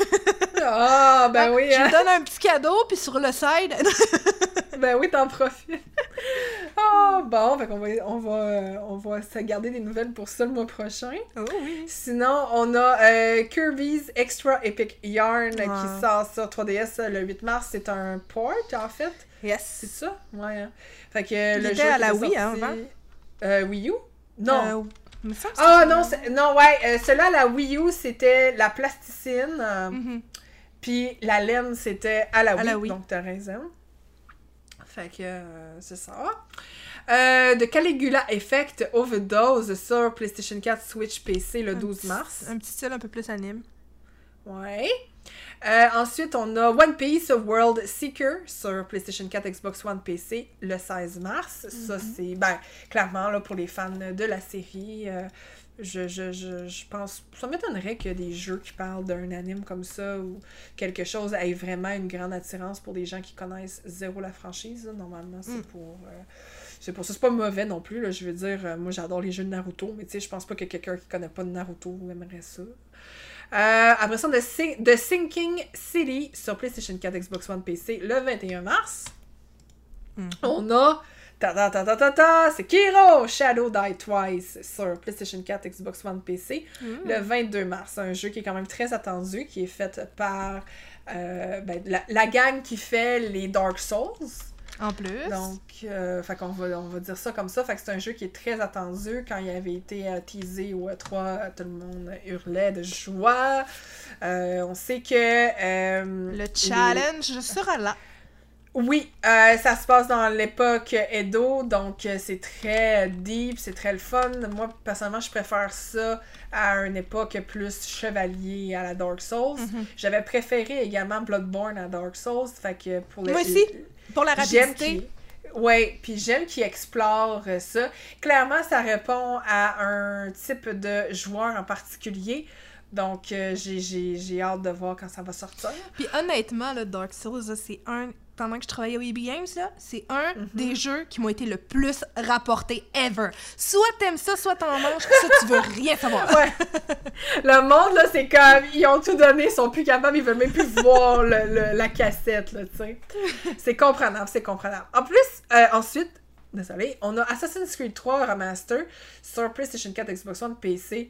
S1: Ah, ben oui,
S2: Je
S1: hein.
S2: lui donne un petit cadeau, puis sur le side.
S1: Ben oui, t'en profites. Ah, bon, fait qu'on va, on va, euh, on va se garder des nouvelles pour ça le mois prochain.
S2: Oh oui.
S1: Sinon, on a euh, Kirby's Extra Epic Yarn euh,
S2: Wow.
S1: qui sort sur trois D S euh, le huit mars. C'est un port, en fait. C'est
S2: Yes.
S1: ça? Ouais. Hein. Fait que
S2: Il
S1: le
S2: était
S1: jeu
S2: à
S1: qui
S2: la
S1: était
S2: Wii, hein,
S1: sorti-
S2: avant?
S1: Euh, Wii U? Non.
S2: Euh, me semble que
S1: Ah
S2: c'est-
S1: non, c'est- non, ouais. Euh, celui-là, la Wii U, c'était la plasticine. euh,
S2: Mhm.
S1: Puis la laine, c'était à la
S2: À
S1: Wii,
S2: la Wii.
S1: donc t'as raison. Fait que euh, c'est ça. Euh, de Caligula Effect Overdose sur PlayStation quatre, Switch, P C le
S2: Un
S1: douze
S2: petit-
S1: mars.
S2: Un petit style un peu plus anime.
S1: Ouais. Euh, ensuite, on a One Piece World Seeker sur PlayStation quatre, Xbox One, P C le seize mars. Ça, c'est, ben, clairement, là, pour les fans de la série, euh, je, je, je, je pense... Ça m'étonnerait que des jeux qui parlent d'un anime comme ça ou quelque chose aient vraiment une grande attirance pour des gens qui connaissent zéro la franchise. Là. Normalement, c'est
S2: Mm.
S1: pour... euh, c'est pour ça, c'est pas mauvais non plus, là, je veux dire, euh, moi j'adore les jeux de Naruto, mais tu sais, je pense pas que quelqu'un qui connaît pas de Naruto aimerait ça. Euh, après ça, on a Sing- The Sinking City sur PlayStation quatre, Xbox One, P C le vingt et un mars.
S2: Mhm.
S1: On a ta ta ta ta ta ta Sekiro Shadow Die Twice sur PlayStation quatre, Xbox One, P C
S2: Mhm.
S1: le vingt-deux mars. Un jeu qui est quand même très attendu, qui est fait par euh, ben, la, la gang qui fait les Dark Souls.
S2: En plus.
S1: Donc, euh, fait qu'on va, on va dire ça comme ça. Fait que c'est un jeu qui est très attendu. Quand il avait été euh, teasé au E trois, tout le monde hurlait de joie. Euh, on sait que... Euh,
S2: le challenge les... sera là.
S1: Oui, euh, ça se passe dans l'époque Edo, donc euh, c'est très deep, c'est très le fun. Moi, personnellement, je préfère ça à une époque plus chevalier à la Dark Souls. Mm-hmm. J'avais préféré également Bloodborne à Dark Souls, fait que pour les...
S2: Moi aussi, pour la rapidité.
S1: Oui, puis j'aime qu'il explore ça. Clairement, ça répond à un type de joueur en particulier. Donc, euh, j'ai, j'ai, j'ai hâte de voir quand ça va sortir.
S2: Puis honnêtement, le Dark Souls, là, c'est un... Pendant que je travaillais au E B Games, là, c'est un mm-hmm. des jeux qui m'ont été le plus rapportés ever. Soit t'aimes ça, soit t'en manges, ça, tu veux rien savoir.
S1: Ouais. Le monde, là, c'est comme... Ils ont tout donné, ils sont plus capables, ils veulent même plus voir le, le, la cassette, là, tu sais. C'est comprenable, c'est comprenable. En plus, euh, ensuite, désolé, on a Assassin's Creed trois Remaster sur PlayStation quatre, Xbox One, P C,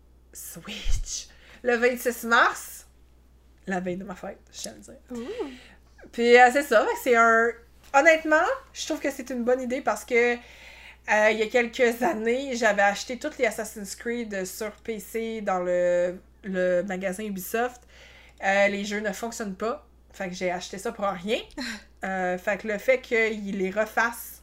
S1: Switch. Le vingt-six mars, la veille de ma fête, je tiens à le dire.
S2: Ouh.
S1: Puis euh, c'est ça, c'est un... Honnêtement, je trouve que c'est une bonne idée parce que euh, il y a quelques années, j'avais acheté tous les Assassin's Creed sur P C dans le, le magasin Ubisoft. Euh, les jeux ne fonctionnent pas, fait que j'ai acheté ça pour rien. Euh, fait que le fait qu'ils les refassent,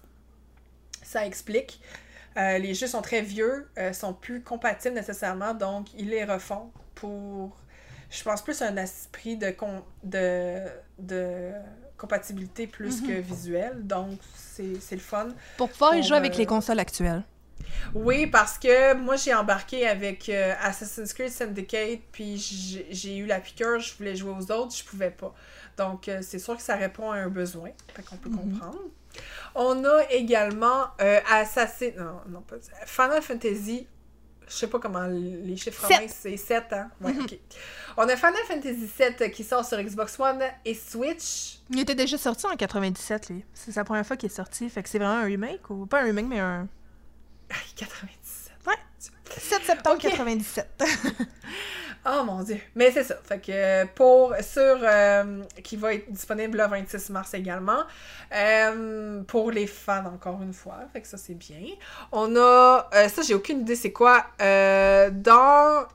S1: ça explique. Euh, les jeux sont très vieux, euh, sont plus compatibles nécessairement, donc ils les refont pour... Je pense plus à un esprit de, com- de, de compatibilité plus mm-hmm. que visuel. Donc, c'est, c'est le fun.
S2: Pour pouvoir y jouer
S1: euh...
S2: avec les consoles actuelles.
S1: Oui, parce que moi, j'ai embarqué avec euh, Assassin's Creed Syndicate, puis j'ai, j'ai eu la piqûre, je voulais jouer aux autres, je pouvais pas. Donc, euh, c'est sûr que ça répond à un besoin. Fait qu'on peut mm-hmm. comprendre. On a également euh, Assassin... Non, non, pas... Final Fantasy... Je sais pas comment les chiffres romains, c'est sept, hein? Ouais, mm-hmm. OK. On a Final Fantasy sept qui sort sur Xbox One et Switch.
S2: Il était déjà sorti en quatre-vingt-dix-sept, lui. C'est la première fois qu'il est sorti, fait que c'est vraiment un remake, ou pas un remake, mais un...
S1: quatre-vingt-dix-sept.
S2: Ouais. sept septembre okay. quatre-vingt-dix-sept.
S1: Oh mon Dieu. Mais c'est ça. Fait que pour sur euh, qui va être disponible le vingt-six mars également. Euh, pour les fans, encore une fois. Fait que ça, c'est bien. On a... Euh, ça, j'ai aucune idée c'est quoi. Euh, dans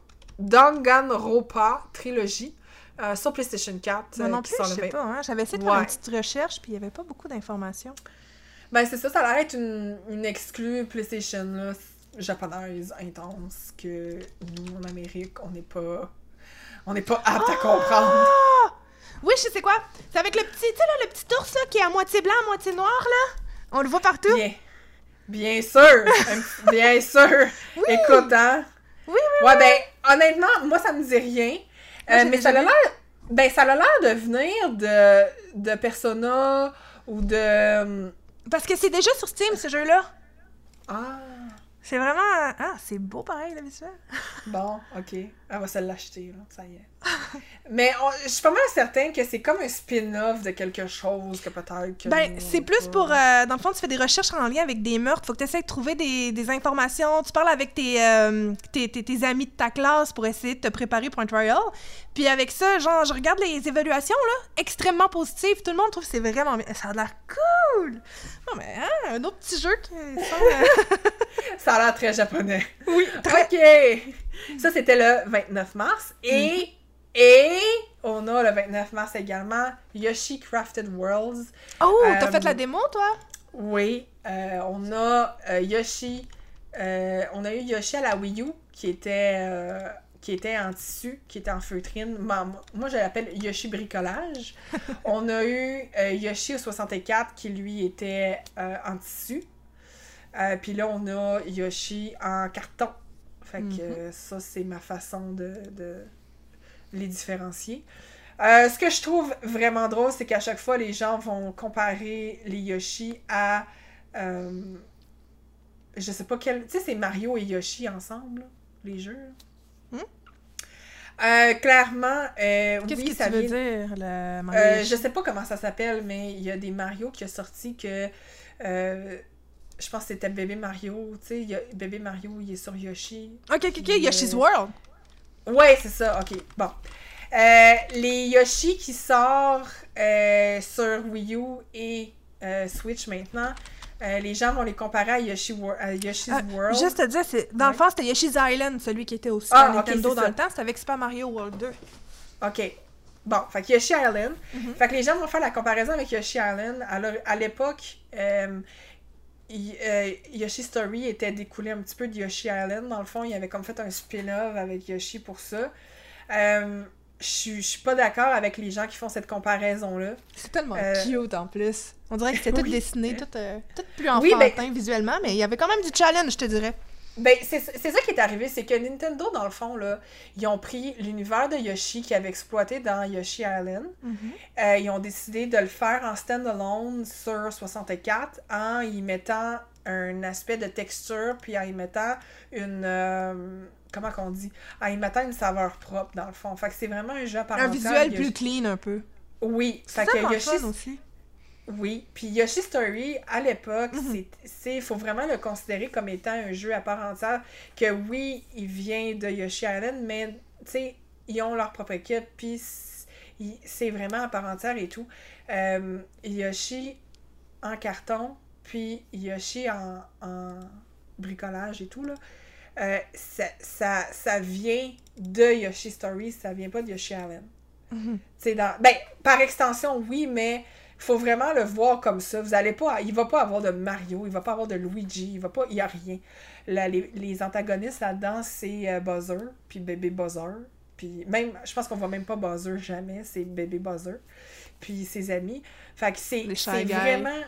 S1: Danganronpa Trilogy. Euh, sur PlayStation quatre.
S2: Moi non
S1: euh,
S2: plus, je sais pas. Hein? J'avais essayé de
S1: ouais.
S2: faire une petite recherche, puis il n'y avait pas beaucoup d'informations.
S1: Ben, c'est ça. Ça a l'air d'être une, une exclue PlayStation, là. Japonaise intense que nous en Amérique on n'est pas on n'est pas apte ah! à comprendre.
S2: Oui, je sais quoi. C'est avec le petit, tu sais là, le petit ours là, qui est à moitié blanc, à moitié noir là. On le voit partout.
S1: Bien, bien sûr, bien sûr. Oui. Écoute, hein.
S2: Oui, oui.
S1: Ouais,
S2: oui.
S1: ben honnêtement, moi ça me dit rien. Euh, mais ça a l'air, ben ça a l'air de venir de de Persona ou de.
S2: Parce que c'est déjà sur Steam ce jeu-là.
S1: Ah.
S2: C'est vraiment... Ah, c'est beau pareil, le visuel.
S1: Bon, OK. Elle va se l'acheter, là. Ça y est. Mais on, je suis pas mal certaine que c'est comme un spin-off de quelque chose que peut-être... Que
S2: ben,
S1: nous,
S2: c'est plus pas... pour... Euh, dans le fond, tu fais des recherches en lien avec des meurtres. Faut que tu essaies de trouver des, des informations. Tu parles avec tes, euh, tes, tes, tes amis de ta classe pour essayer de te préparer pour un trial. Puis avec ça, genre, je regarde les évaluations, là, extrêmement positives. Tout le monde trouve que c'est vraiment bien. Ça a l'air cool! Non, mais hein, un autre petit jeu qui semble...
S1: Ça a l'air très japonais.
S2: Oui, très...
S1: OK! Ça, c'était le vingt-neuf mars. Et... Mm-hmm. Et on a le vingt-neuf mars également Yoshi Crafted Worlds.
S2: Oh, euh, t'as fait la démo, toi?
S1: Oui. Euh, on a euh, Yoshi... Euh, on a eu Yoshi à la Wii U qui était, euh, qui était en tissu, qui était en feutrine. Moi, moi je l'appelle Yoshi bricolage. On a eu euh, Yoshi au soixante-quatre qui, lui, était euh, en tissu. Euh, Puis là, on a Yoshi en carton. Fait que mm-hmm. euh, ça, c'est ma façon de... de... les différencier. Euh, ce que je trouve vraiment drôle, c'est qu'à chaque fois, les gens vont comparer les Yoshi à... Euh, je sais pas quel... Tu sais, c'est Mario et Yoshi ensemble, là, les jeux. Hmm? Euh, clairement, euh,
S2: Qu'est-ce
S1: oui,
S2: que
S1: ça
S2: tu veux
S1: vient...
S2: dire, le Mario
S1: euh,
S2: Yoshi?
S1: Je sais pas comment ça s'appelle, mais il y a des Mario qui ont sorti que... Euh, je pense que c'était Bébé Mario, tu sais, Bébé Mario, il est sur Yoshi.
S2: Ok, ok, ok,
S1: puis,
S2: Yoshi's
S1: euh...
S2: World!
S1: Ouais, c'est ça, ok, bon. Euh, les Yoshi qui sortent euh, sur Wii U et euh, Switch maintenant, euh, les gens vont les comparer à, Yoshi Wor- à Yoshi's
S2: Ah,
S1: World.
S2: juste te dire, c'est... dans
S1: Ouais.
S2: le fond, c'était Yoshi's Island, celui qui était au Super
S1: Ah, ok,
S2: Nintendo
S1: c'est
S2: dans
S1: ça.
S2: le temps. C'était avec Super Mario World deux.
S1: OK. Bon, fait que Yoshi Island.
S2: Mhm.
S1: Fait que les gens vont faire la comparaison avec Yoshi Island. Alors, à l'époque, euh, y- euh, Yoshi Story était découlé un petit peu de Yoshi Island. Dans le fond, il avait comme fait un spin-off avec Yoshi pour ça. Euh, Je suis- je suis pas d'accord avec les gens qui font cette comparaison-là.
S2: C'est tellement
S1: Euh,
S2: cute en plus. On dirait que c'était tout
S1: oui.
S2: dessiné, tout, euh, tout plus
S1: Oui,
S2: enfantin
S1: ben-
S2: visuellement, mais il y avait quand même du challenge, je te dirais.
S1: Ben, c'est c'est ça qui est arrivé, c'est que Nintendo, dans le fond, là, ils ont pris l'univers de Yoshi qu'ils avaient exploité dans Yoshi Island. Euh, ils ont décidé de le faire en standalone sur soixante-quatre en y mettant un aspect de texture, puis en y mettant une... euh, comment qu'on dit? En y mettant une saveur propre, dans le fond. Fait que c'est vraiment un jeu à part
S2: Un
S1: entière.
S2: visuel
S1: Yoshi-
S2: plus clean un peu.
S1: Oui.
S2: C'est
S1: Fait que
S2: tellement
S1: Yoshi...
S2: fun aussi.
S1: Oui, puis Yoshi Story, à l'époque,
S2: Mhm.
S1: c'est c'est il faut vraiment le considérer comme étant un jeu à part entière, que oui, il vient de Yoshi Island, mais, tu sais, ils ont leur propre équipe, puis c- il- c'est vraiment à part entière et tout. Euh, Yoshi en carton, puis Yoshi en, en bricolage et tout, là, euh, ça, ça, ça vient de Yoshi Story, ça vient pas de Yoshi Island.
S2: Mhm.
S1: C'est dans... Ben, par extension, oui, mais il faut vraiment le voir comme ça. Vous allez pas... Il va pas avoir de Mario, il va pas avoir de Luigi, il va pas... Il y a rien. Là, les, les antagonistes là-dedans, c'est euh, Bowser, puis Bébé Bowser. Puis même, je pense qu'on voit même pas Bowser jamais, c'est Bébé Bowser. Puis ses amis. Fait que c'est
S2: Les Shy
S1: c'est
S2: Guys.
S1: vraiment...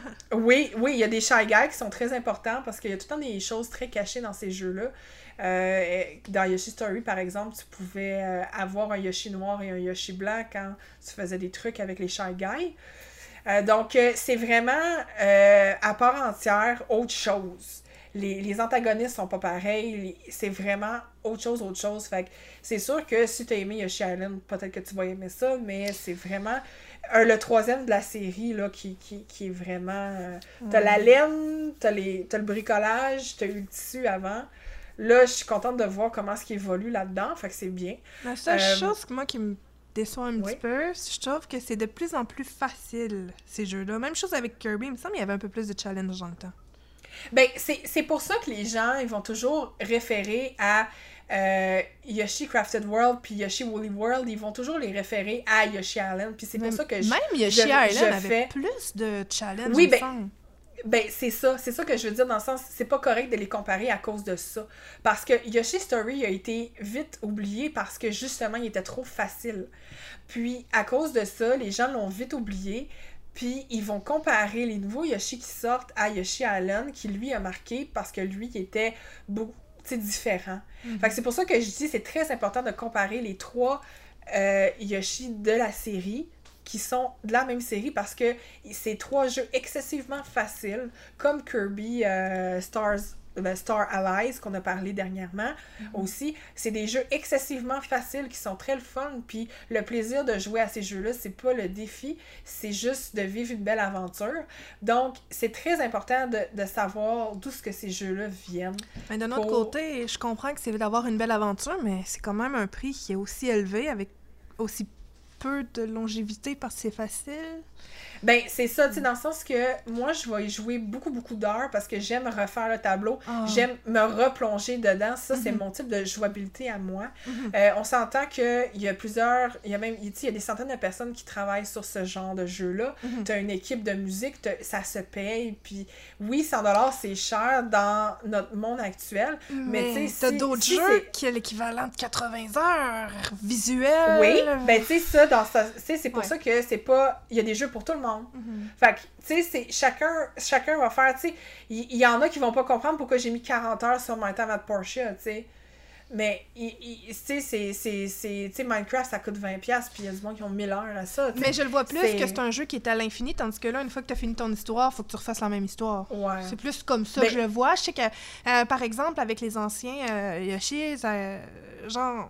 S1: Oui, oui, il y a des Shy Guys qui sont très importants parce qu'il y a tout le temps des choses très cachées dans ces jeux-là. Euh, dans Yoshi Story, par exemple, tu pouvais euh, avoir un Yoshi noir et un Yoshi blanc quand tu faisais des trucs avec les Shy Guys. Euh, donc, euh, c'est vraiment euh, à part entière autre chose. Les, les antagonistes sont pas pareils. les- c'est vraiment autre chose, autre chose. Fait que c'est sûr que si tu as aimé Yoshi Island, peut-être que tu vas aimer ça, mais c'est vraiment euh, le troisième de la série là, qui, qui, qui est vraiment... euh, t'as la laine, t'as, les, t'as le bricolage, t'as eu le tissu avant. Là, je suis contente de voir comment est-ce qu'il évolue là-dedans, fait que c'est bien.
S2: La seule
S1: Euh,
S2: chose que moi qui me déçoit un
S1: oui.
S2: petit peu, c'est que je trouve que c'est de plus en plus facile, ces jeux-là. Même chose avec Kirby, il me semble qu'il y avait un peu plus de challenge dans le temps.
S1: Ben, c'est, c'est pour ça que les gens, ils vont toujours référer à euh, Yoshi Crafted World puis Yoshi Woolly World, ils vont toujours les référer à Yoshi Island, puis c'est pour
S2: Même,
S1: ça que je...
S2: même Yoshi
S1: je-
S2: Island
S1: je
S2: avait
S1: fais-
S2: plus de challenge,
S1: Oui,
S2: il me
S1: ben,
S2: semble.
S1: Ben, c'est ça. C'est ça que je veux dire dans le sens, c'est pas correct de les comparer à cause de ça. Parce que Yoshi Story a été vite oublié parce que justement, il était trop facile. Puis, à cause de ça, les gens l'ont vite oublié. Puis, ils vont comparer les nouveaux Yoshi qui sortent à Yoshi Island, qui lui a marqué parce que lui, il était beaucoup, tu sais, différent.
S2: Mhm.
S1: Fait que c'est pour ça que je dis c'est très important de comparer les trois euh, Yoshi de la série qui sont de la même série parce que c'est trois jeux excessivement faciles, comme Kirby euh, Stars, ben, Star Allies qu'on a parlé dernièrement mm-hmm. aussi. C'est des jeux excessivement faciles qui sont très le fun, puis le plaisir de jouer à ces jeux-là, c'est pas le défi, c'est juste de vivre une belle aventure. Donc, c'est très important de, de savoir d'où ce que ces jeux-là viennent.
S2: Mais d'un autre
S1: pour...
S2: côté, je comprends que c'est d'avoir une belle aventure, mais c'est quand même un prix qui est aussi élevé avec aussi peu de longévité parce que c'est facile.
S1: Ben, c'est ça, tu sais, dans le sens que moi, je vais y jouer beaucoup, beaucoup d'heures parce que j'aime refaire le tableau. Oh. J'aime me replonger dedans. Ça, mm-hmm. c'est mon type de jouabilité à moi. Mm-hmm. Euh, on s'entend qu'il y a plusieurs... Il y a même, il y a des centaines de personnes qui travaillent sur ce genre de jeu-là. Mm-hmm. Tu as une équipe de musique, ça se paye. Puis oui, cent dollars, c'est cher dans notre monde actuel.
S2: Mais,
S1: mais
S2: tu sais, t'as
S1: si,
S2: d'autres
S1: si
S2: jeux
S1: c'est...
S2: qui ont l'équivalent de quatre-vingts heures visuels.
S1: Oui, ben tu sais, ça, dans ça, c'est pour
S2: ouais.
S1: ça que c'est pas... Il y a des jeux pour tout le monde. Mm-hmm. Fait que, tu sais, c'est chacun, chacun va faire, tu sais, il y, y en a qui vont pas comprendre pourquoi j'ai mis quarante heures sur My Time at Portia, tu sais. Mais, tu sais, c'est, c'est, c'est, tu sais, Minecraft, ça coûte vingt dollars, puis il y a du monde qui ont mille heures à ça, t'sais.
S2: Mais je le vois plus
S1: c'est...
S2: que c'est un jeu qui est à l'infini, tandis que là, une fois que tu as fini ton histoire, faut que tu refasses la même histoire.
S1: Ouais.
S2: C'est plus comme ça
S1: ben...
S2: que je le vois. Je sais que, euh, par exemple, avec les anciens euh, Yoshi, euh, genre...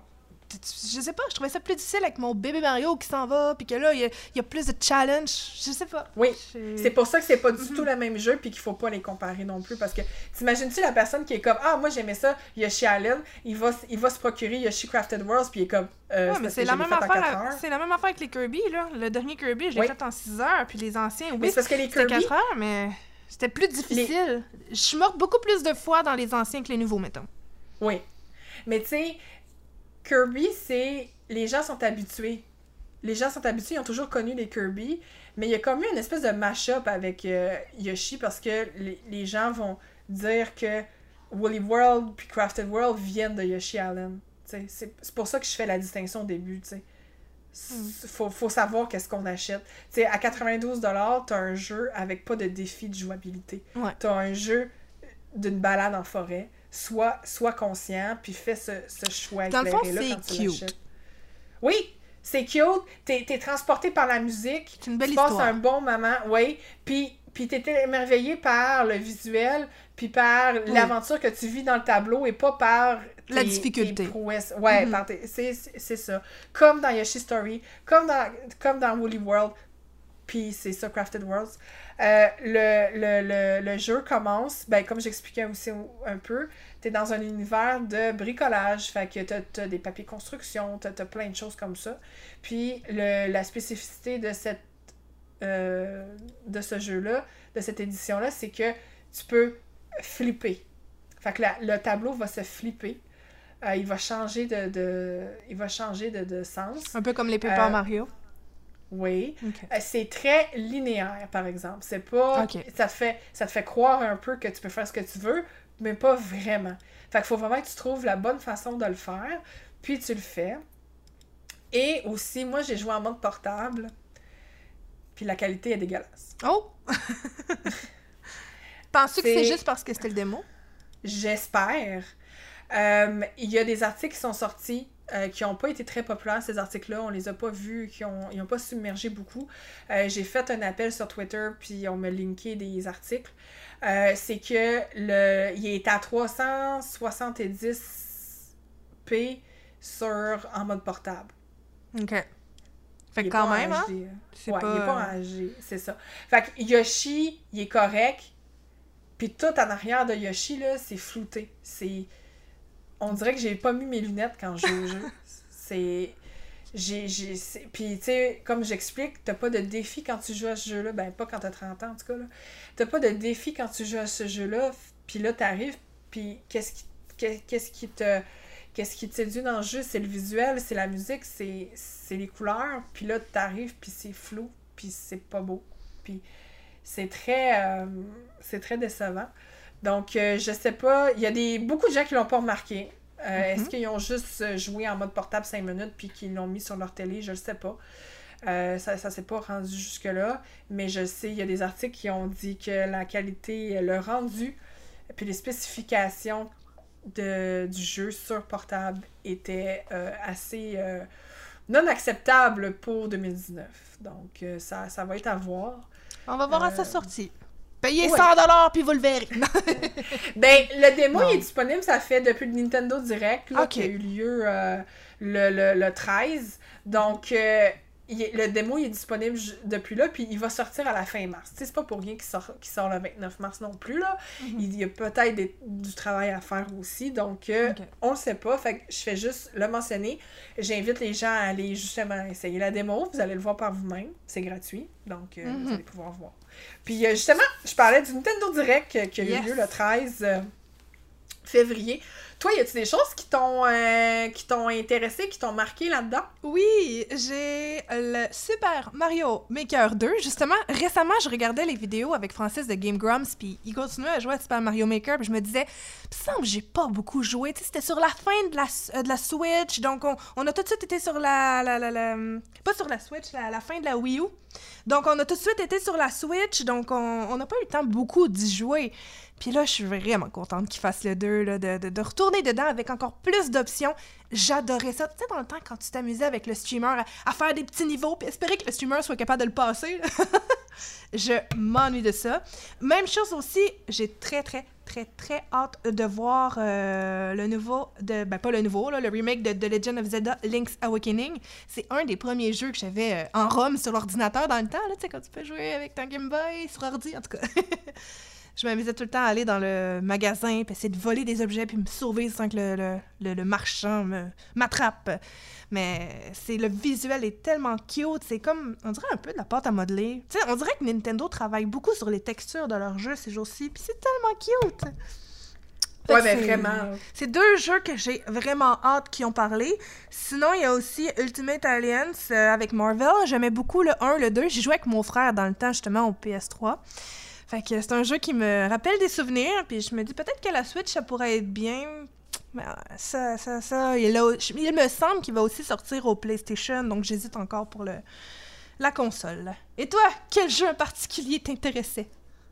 S2: je sais pas, je trouvais ça plus difficile avec mon bébé Mario qui s'en va, puis que là, il y, y a plus de challenge. Je sais pas.
S1: Oui,
S2: je...
S1: c'est pour ça que c'est pas du
S2: mm-hmm.
S1: tout le même jeu, puis qu'il faut pas les comparer non plus, parce que t'imagines-tu la personne qui est comme « Ah, moi j'aimais ça, Yoshi Island, il va, il va se procurer Yoshi Crafted Worlds, puis il est comme euh,
S2: ouais, mais c'est la, même affaire, c'est la même affaire avec les Kirby, là. Le dernier Kirby, je l'ai oui. fait en six heures, puis les anciens, oui,
S1: mais c'est parce que les Kirby...
S2: c'était quatre heures, mais c'était plus difficile. Les... Je suis morte beaucoup plus de fois dans les anciens que les nouveaux, mettons.
S1: Oui. Mais tu sais, Kirby, c'est... Les gens sont habitués. Les gens sont habitués, ils ont toujours connu les Kirby, mais il y a comme eu une espèce de mash-up avec euh, Yoshi parce que les, les gens vont dire que Woolly World puis Crafted World viennent de Yoshi Island. C'est, c'est pour ça que je fais la distinction au début, tu sais. Mm. Faut, faut savoir qu'est-ce qu'on achète. Tu sais, à quatre-vingt-douze dollars, t'as un jeu avec pas de défi de jouabilité.
S2: Ouais.
S1: T'as un jeu d'une balade en forêt. Sois, sois conscient, puis fais ce, ce choix
S2: dans
S1: éclairé
S2: le fond,
S1: là quand
S2: c'est
S1: tu
S2: cute.
S1: l'achètes. Oui, c'est cute. T'es, t'es transporté par la musique.
S2: C'est une belle
S1: tu
S2: histoire.
S1: passes un bon moment, oui. Puis, puis t'es émerveillé par le visuel, puis par oui. l'aventure que tu vis dans le tableau et pas par tes,
S2: la difficulté.
S1: Tes prouesses. Ouais, mm-hmm. par tes, c'est, c'est ça. Comme dans Yoshi Story, comme dans, comme dans Woolly World, puis c'est ça, Crafted Worlds. Euh, le, le, le, le jeu commence, ben, comme j'expliquais aussi un peu, t'es dans un univers de bricolage, fait que t'as, t'as des papiers construction, t'as, t'as plein de choses comme ça. Puis le, la spécificité de cette euh, de ce jeu-là, de cette édition-là, c'est que tu peux flipper. Fait que la, le tableau va se flipper. Euh, il va changer de, de il va changer de, de sens.
S2: Un peu comme les Paper euh, Mario.
S1: Oui.
S2: Okay.
S1: Euh, c'est très linéaire, par exemple. C'est pas...
S2: Okay.
S1: Ça te fait, ça te fait croire un peu que tu peux faire ce que tu veux, mais pas vraiment. Fait qu'il faut vraiment que tu trouves la bonne façon de le faire, puis tu le fais. Et aussi, moi, j'ai joué en mode portable, puis la qualité est dégueulasse.
S2: Oh! Penses-tu que c'est juste parce que c'était le démo?
S1: J'espère. Euh, il y a des articles qui sont sortis Euh, qui n'ont pas été très populaires, ces articles-là. On les a pas vus, qui ont, ils n'ont pas submergé beaucoup. Euh, j'ai fait un appel sur Twitter, puis on m'a linké des articles. Euh, c'est que le, il est à trois cent soixante-dix p sur, en mode portable.
S2: OK. Fait que quand même, hein?
S1: C'est ouais, pas... il est pas en H D, c'est ça. Fait que Yoshi, il est correct, puis tout en arrière de Yoshi, là, c'est flouté. C'est... On dirait que j'ai pas mis mes lunettes quand je joue au jeu. C'est... J'ai... j'ai c'est... Puis, tu sais, comme j'explique, t'as pas de défi quand tu joues à ce jeu-là. Ben, pas quand t'as trente ans, en tout cas, là. T'as pas de défi quand tu joues à ce jeu-là. Puis là, t'arrives, puis qu'est-ce qui... Qu'est-ce qui te... Qu'est-ce qui te séduit dans le jeu? C'est le visuel, c'est la musique, c'est, c'est les couleurs. Puis là, t'arrives, puis c'est flou, puis c'est pas beau. Puis c'est très... Euh... C'est très décevant. Donc, euh, je sais pas, il y a des beaucoup de gens qui l'ont pas remarqué. Euh, mm-hmm. Est-ce qu'ils ont juste joué en mode portable cinq minutes puis qu'ils l'ont mis sur leur télé? Je le sais pas. Euh, ça ça s'est pas rendu jusque-là. Mais je sais, il y a des articles qui ont dit que la qualité, le rendu, puis les spécifications de, du jeu sur portable étaient euh, assez euh, non acceptables pour deux mille dix-neuf. Donc, euh, ça, ça va être à voir.
S2: On va voir
S1: euh,
S2: à sa sortie. Payez cent dollars puis vous le verrez.
S1: Ben, le démo il est disponible, ça fait depuis le Nintendo Direct là,
S2: okay.
S1: qui a eu lieu euh, le, le, le treize. Donc, euh, il est, le démo il est disponible j- depuis là, puis il va sortir à la fin mars. Tu sais, c'est pas pour rien qu'il sort, qu'il sort le vingt-neuf mars non plus, là. Mm-hmm. Il y a peut-être des, du travail à faire aussi, donc euh, okay. on le sait pas. Fait que je fais juste le mentionner. J'invite les gens à aller justement essayer la démo. Vous allez le voir par vous-même. C'est gratuit, donc euh, mm-hmm. vous allez pouvoir voir. Puis euh, justement, je parlais du Nintendo Direct euh, qui a yes. eu lieu le treize février. Toi, y a-tu des choses qui t'ont euh, qui t'ont intéressé, qui t'ont marqué là-dedans?
S2: Oui, j'ai le Super Mario Maker deux. Justement, récemment, je regardais les vidéos avec Francis de Game Grumps, puis il continuait à jouer à Super Mario Maker, puis je me disais, il me semble que j'ai pas beaucoup joué. Tu sais, c'était sur la fin de la, euh, de la Switch, donc on, on a tout de suite été sur la... la, la, la pas sur la Switch, la, la fin de la Wii U. Donc, on a tout de suite été sur la Switch, donc on n'a pas eu le temps beaucoup d'y jouer. Puis là, je suis vraiment contente qu'il fasse le deux, là, de, de, de retourner dedans avec encore plus d'options. J'adorais ça. Tu sais, dans le temps, quand tu t'amusais avec le streamer à, à faire des petits niveaux, puis espérer que le streamer soit capable de le passer. Je m'ennuie de ça. Même chose aussi, j'ai très, très, très, très hâte de voir euh, le nouveau, de, ben pas le nouveau, là, le remake de The Legend of Zelda Link's Awakening. C'est un des premiers jeux que j'avais euh, en ROM sur l'ordinateur dans le temps, là, tu sais, quand tu peux jouer avec ton Game Boy sur ordi, en tout cas. Je m'amusais tout le temps à aller dans le magasin, puis essayer de voler des objets, puis me sauver sans que le, le, le, le marchand me, m'attrape. Mais c'est, le visuel est tellement cute, c'est comme, on dirait un peu de la pâte à modeler. Tu sais, on dirait que Nintendo travaille beaucoup sur les textures de leurs jeux ces jours-ci, puis c'est tellement cute! Fait
S1: ouais,
S2: que
S1: ben
S2: c'est,
S1: vraiment.
S2: C'est deux jeux que j'ai vraiment hâte qui ont parlé. Sinon, il y a aussi Ultimate Alliance euh, avec Marvel. J'aimais beaucoup le un, le deux. J'ai joué avec mon frère dans le temps, justement, au P S trois. Fait que c'est un jeu qui me rappelle des souvenirs, puis je me dis peut-être que la Switch, ça pourrait être bien. Mais ça, ça, ça, il, a, il me semble qu'il va aussi sortir au PlayStation, donc j'hésite encore pour le, la console. Et toi, quel jeu en particulier t'intéressait?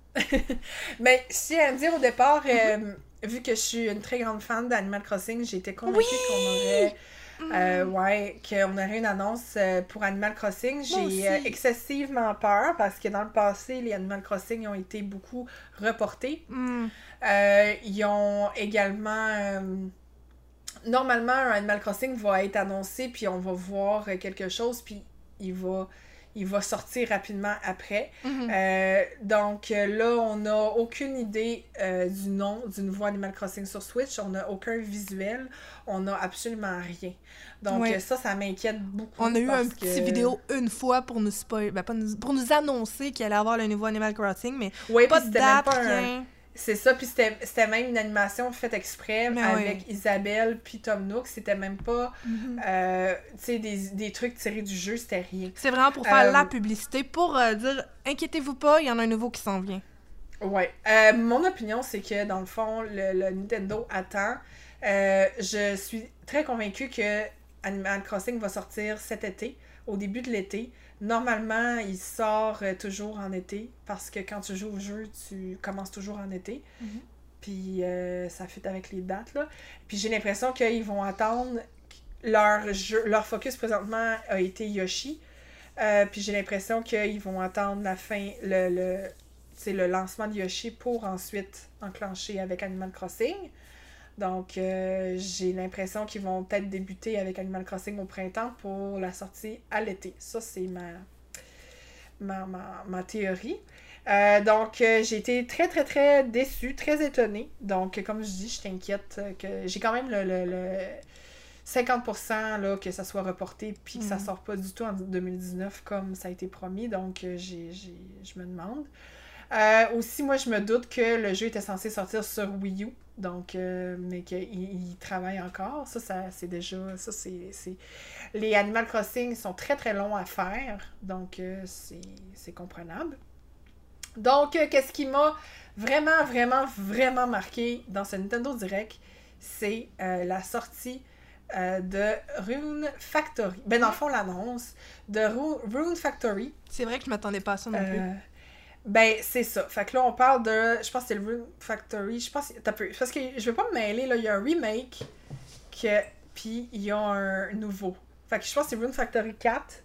S1: Ben, je tiens à dire au départ, euh, vu que je suis une très grande fan d'Animal Crossing, j'ai été convaincue oui! qu'on aurait... Euh, ouais, qu'on aurait une annonce euh, pour Animal Crossing. J'ai euh, excessivement peur parce que dans le passé, les Animal Crossing ont été beaucoup reportés. Mm. Euh, ils ont également... Euh, normalement, un Animal Crossing va être annoncé, puis on va voir quelque chose, puis il va... il va sortir rapidement après. Mm-hmm. Euh, donc là, on n'a aucune idée euh, du nom du nouveau Animal Crossing sur Switch. On n'a aucun visuel. On n'a absolument rien. Donc ouais. ça, ça m'inquiète beaucoup.
S2: On a eu un petit que... vidéo une fois pour nous spoil... ben, pas nous... pour nous annoncer qu'il allait avoir le nouveau Animal Crossing, mais
S1: ouais,
S2: pas de date,
S1: pas
S2: rien.
S1: Un... C'est ça, puis c'était, c'était même une animation faite exprès mais avec oui. Isabelle puis Tom Nook. C'était même pas, mm-hmm. euh, tu sais, des, des trucs tirés du jeu, c'était rien.
S2: C'est vraiment pour faire euh, la publicité, pour euh, dire, inquiétez-vous pas, il y en a un nouveau qui s'en vient.
S1: Ouais. Euh, mon opinion, c'est que, dans le fond, le, le Nintendo attend. Euh, je suis très convaincue que Animal Crossing va sortir cet été, au début de l'été. Normalement, il sort euh, toujours en été, parce que quand tu joues au jeu, tu commences toujours en été. Mm-hmm. Puis euh, ça fit avec les dates, là. Puis j'ai l'impression qu'ils vont attendre... Leur, jeu, leur focus, présentement, a été Yoshi. Euh, puis j'ai l'impression qu'ils vont attendre la fin, le, le, le lancement de Yoshi pour ensuite enclencher avec Animal Crossing. Donc, euh, j'ai l'impression qu'ils vont peut-être débuter avec Animal Crossing au printemps pour la sortie à l'été. Ça, c'est ma, ma, ma, ma théorie. Euh, donc, euh, j'ai été très, très, très déçue, très étonnée. Donc, comme je dis, je t'inquiète que j'ai quand même le, le, le cinquante pour cent là, que ça soit reporté puis que mm-hmm. ça ne sort pas du tout en deux mille dix-neuf comme ça a été promis. Donc, j'ai, j'ai, je me demande. Euh, aussi, moi, je me doute que le jeu était censé sortir sur Wii U. Donc, euh, mais qu'il il travaille encore. Ça, ça c'est déjà... Ça, c'est, c'est... Les Animal Crossing sont très, très longs à faire. Donc, euh, c'est, c'est comprenable. Donc, euh, qu'est-ce qui m'a vraiment, vraiment, vraiment marqué dans ce Nintendo Direct? C'est euh, la sortie euh, de Rune Factory. Ben, dans le fond, l'annonce de Ru- Rune Factory.
S2: C'est vrai que je m'attendais pas à ça non plus.
S1: Euh, Ben, c'est ça. Fait que là, on parle de... Je pense que c'est le Rune Factory. Je pense... T'as peu... Parce que je vais pas me mêler, là. Il y a un remake, que... puis il y a un nouveau. Fait que je pense que c'est Rune Factory quatre.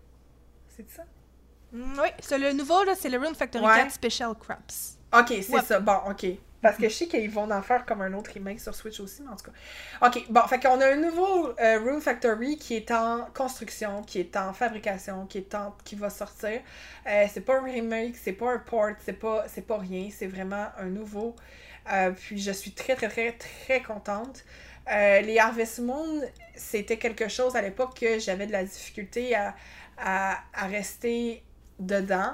S1: C'est ça?
S2: Mm, oui, c'est le nouveau, là, c'est le Rune Factory ouais. quatre Special Crops.
S1: Ok, c'est ouais. ça. Bon, ok. Parce que je sais qu'ils vont en faire comme un autre remake sur Switch aussi, mais en tout cas. Ok, bon, fait qu'on a un nouveau euh, Rune Factory qui est en construction, qui est en fabrication, qui est en... qui va sortir. Euh, c'est pas un remake, c'est pas un port, c'est pas, c'est pas rien, c'est vraiment un nouveau. Euh, puis je suis très, très, très, très contente. Euh, les Harvest Moon, c'était quelque chose à l'époque que j'avais de la difficulté à, à, à rester dedans.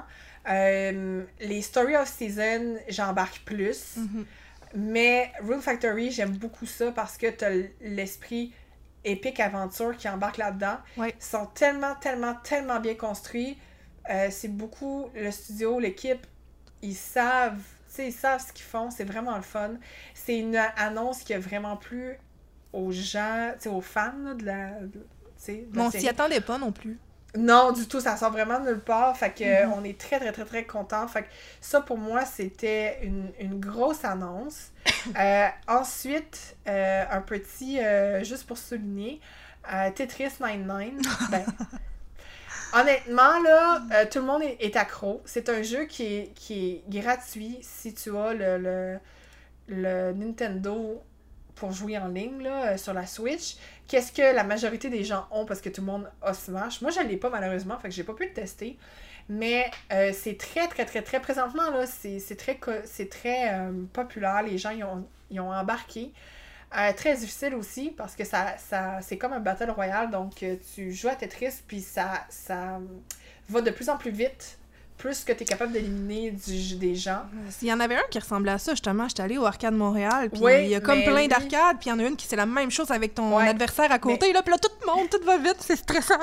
S1: Euh, les Story of Season, j'embarque plus. Mm-hmm. Mais Rune Factory, j'aime beaucoup ça parce que t'as l'esprit épique aventure qui embarque là-dedans.
S2: Ouais.
S1: Ils sont tellement, tellement, tellement bien construits. Euh, c'est beaucoup le studio, l'équipe, ils savent, tu sais, ils savent ce qu'ils font. C'est vraiment le fun. C'est une annonce qui a vraiment plu aux gens, tu sais, aux fans là, de la.
S2: Mais on s'y attendait pas non plus.
S1: Non, du tout, ça sort vraiment de nulle part. Fait que mm-hmm. on est très, très, très, très contents. Fait que ça, pour moi, c'était une, une grosse annonce. euh, ensuite, euh, un petit, euh, juste pour souligner, euh, Tetris quatre-vingt-dix-neuf. Ben, honnêtement, là, euh, tout le monde est, est accro. C'est un jeu qui est, qui est gratuit si tu as le, le, le Nintendo pour jouer en ligne, là, sur la Switch. Qu'est-ce que la majorité des gens ont parce que tout le monde a Smash? Moi, je ne l'ai pas, malheureusement, fait que j'ai pas pu le tester. Mais euh, c'est très, très, très, très... Présentement, là, c'est, c'est très, c'est très euh, populaire. Les gens, ils ont, ils ont embarqué. Euh, très difficile aussi, parce que ça, ça c'est comme un Battle Royale. Donc, euh, tu joues à Tetris, puis ça, ça va de plus en plus vite. Plus que tu es capable d'éliminer du, des gens.
S2: Il y en avait un qui ressemblait à ça, justement. J'étais allée au Arcade Montréal, puis
S1: oui,
S2: il y a comme plein
S1: lui...
S2: d'arcades, puis il y en a une qui c'est la même chose avec ton
S1: ouais,
S2: adversaire à côté, mais... là, puis là, tout monte, tout va vite, c'est stressant.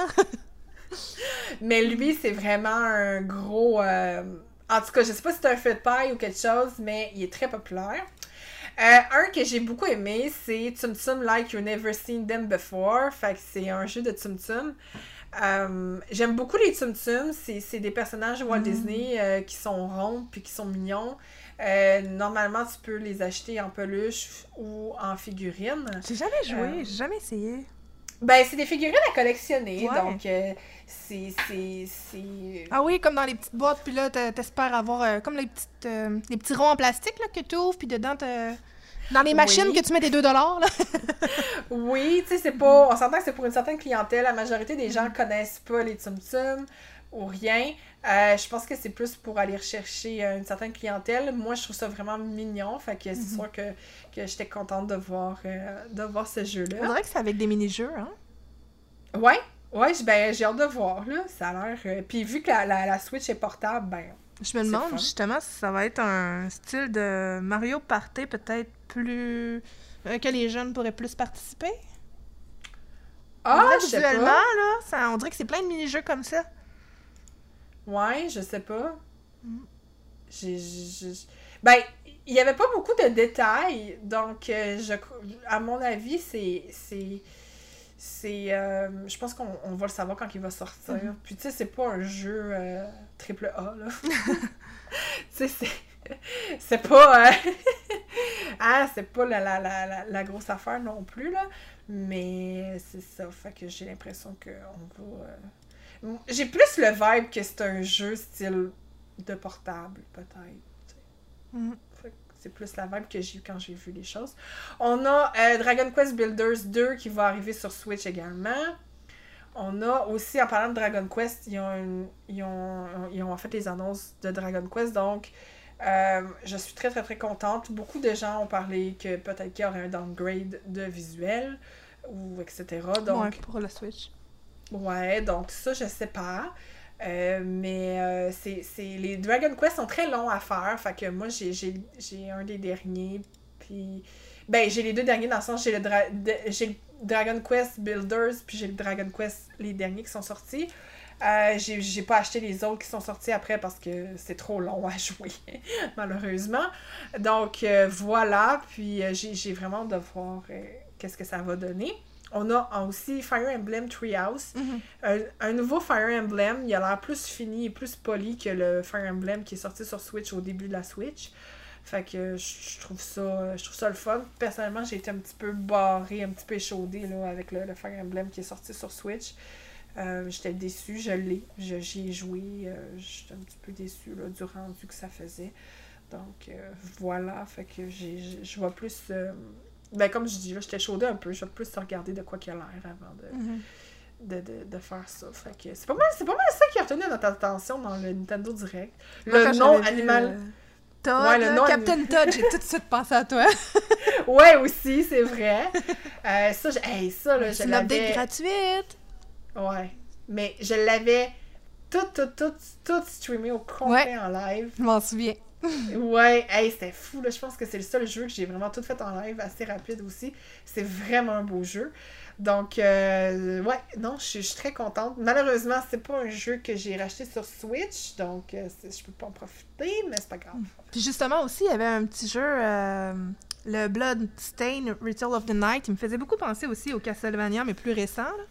S1: Mais lui, c'est vraiment un gros... Euh... En tout cas, je sais pas si c'est un feu de paille ou quelque chose, mais il est très populaire. Euh, un que j'ai beaucoup aimé, c'est Tsum Tsum Like You've Never Seen Them Before. Fait que c'est un jeu de Tsum Tsum. Euh, j'aime beaucoup les Tsum Tsum. C'est, c'est des personnages de Walt mm. Disney euh, qui sont ronds puis qui sont mignons. Euh, normalement, tu peux les acheter en peluche ou en figurine.
S2: J'ai jamais joué, euh, j'ai jamais essayé.
S1: Ben, c'est des figurines à collectionner,
S2: ouais.
S1: donc euh, c'est, c'est, c'est...
S2: Ah oui, comme dans les petites boîtes, puis là, t'espères avoir euh, comme les, petites, euh, les petits ronds en plastique là, que tu ouvres, puis dedans, t'as... Dans les machines oui. que tu mets des deux dollars, là.
S1: Oui, tu sais, c'est pas... On s'entend que c'est pour une certaine clientèle. La majorité des gens connaissent pas les Tsum Tsum ou rien. Euh, je pense que c'est plus pour aller rechercher une certaine clientèle. Moi, je trouve ça vraiment mignon. Fait que c'est mm-hmm. sûr que, que j'étais contente de voir, euh, de voir ce jeu-là.
S2: On dirait que c'est avec des mini-jeux, hein?
S1: Ouais, ouais, ben, j'ai hâte de voir, là. Ça a l'air... Euh... Puis vu que la, la, la Switch est portable, ben...
S2: Je me demande justement si ça va être un style de Mario Party peut-être plus... Euh, que les jeunes pourraient plus participer.
S1: Ah, je sais pas.
S2: Visuellement, là, ça, on dirait que c'est plein de mini-jeux comme ça.
S1: Ouais, je sais pas. Mm. J'ai, j'ai, j'ai... Ben, il y avait pas beaucoup de détails, donc euh, je, à mon avis, c'est... c'est... C'est, euh, je pense qu'on on va le savoir quand il va sortir. Mm-hmm. Puis tu sais, c'est pas un jeu euh, triple A, là. Tu sais, c'est... C'est pas... Euh... ah, c'est pas la, la, la, la grosse affaire non plus, là. Mais c'est ça. Fait que j'ai l'impression qu'on va... Euh... J'ai plus le vibe que c'est un jeu style de portable, peut-être. Mm-hmm. C'est plus la vibe que j'ai eu quand j'ai vu les choses. On a euh, Dragon Quest Builders deux qui va arriver sur Switch également. On a aussi, en parlant de Dragon Quest, ils ont, une, ils ont, ils ont en fait les annonces de Dragon Quest. Donc, euh, je suis très, très, très contente. Beaucoup de gens ont parlé que peut-être qu'il y aurait un downgrade de visuel, ou et cetera. Donc,
S2: ouais, pour la Switch.
S1: Ouais, donc ça, je sais pas. Euh, mais euh, c'est, c'est les Dragon Quest sont très longs à faire, fait que moi j'ai, j'ai, j'ai un des derniers, puis ben j'ai les deux derniers dans le sens j'ai le, dra- de, j'ai le Dragon Quest Builders puis j'ai le Dragon Quest les derniers qui sont sortis. Euh, j'ai, j'ai pas acheté les autres qui sont sortis après parce que c'est trop long à jouer malheureusement. Donc euh, voilà, puis euh, j'ai, j'ai vraiment hâte de voir euh, qu'est-ce que ça va donner. On a aussi Fire Emblem Treehouse. Mm-hmm. Un, un nouveau Fire Emblem. Il a l'air plus fini et plus poli que le Fire Emblem qui est sorti sur Switch au début de la Switch. Fait que je trouve ça je trouve ça le fun. Personnellement, j'ai été un petit peu barrée, un petit peu échaudée là, avec le, le Fire Emblem qui est sorti sur Switch. Euh, j'étais déçue, je l'ai. Je, j'y ai joué. Euh, j'étais un petit peu déçue là, du rendu que ça faisait. Donc euh, voilà. Fait que j'ai, j'ai, je vois plus... Euh, Ben, comme je dis, là, j'étais chaudée un peu. Je vais plus regarder de quoi qu'il a l'air avant de, mm-hmm. de, de, de faire ça. Fait que c'est pas mal, c'est pas mal ça qui a retenu notre attention dans le Nintendo Direct. Le
S2: Moi,
S1: nom animal...
S2: Vu, euh... Todd, ouais, le nom Captain anim... Todd, j'ai tout de suite pensé à toi.
S1: Ouais, aussi, c'est vrai. euh, ça, je... Hey, ça, là,
S2: c'est
S1: je
S2: une
S1: l'avais...
S2: update gratuite.
S1: Ouais. Mais je l'avais tout, tout, tout, tout streamé au complet ouais. en live.
S2: Je m'en souviens.
S1: Ouais, hey, c'était fou, là. Je pense que c'est le seul jeu que j'ai vraiment tout fait en live, assez rapide aussi. C'est vraiment un beau jeu. Donc, euh, ouais, non, je suis très contente. Malheureusement, c'est pas un jeu que j'ai racheté sur Switch, donc euh, je peux pas en profiter, mais c'est pas grave.
S2: Puis justement aussi, il y avait un petit jeu, euh, le Bloodstained Ritual of the Night. Il me faisait beaucoup penser aussi au Castlevania, mais plus récent, là.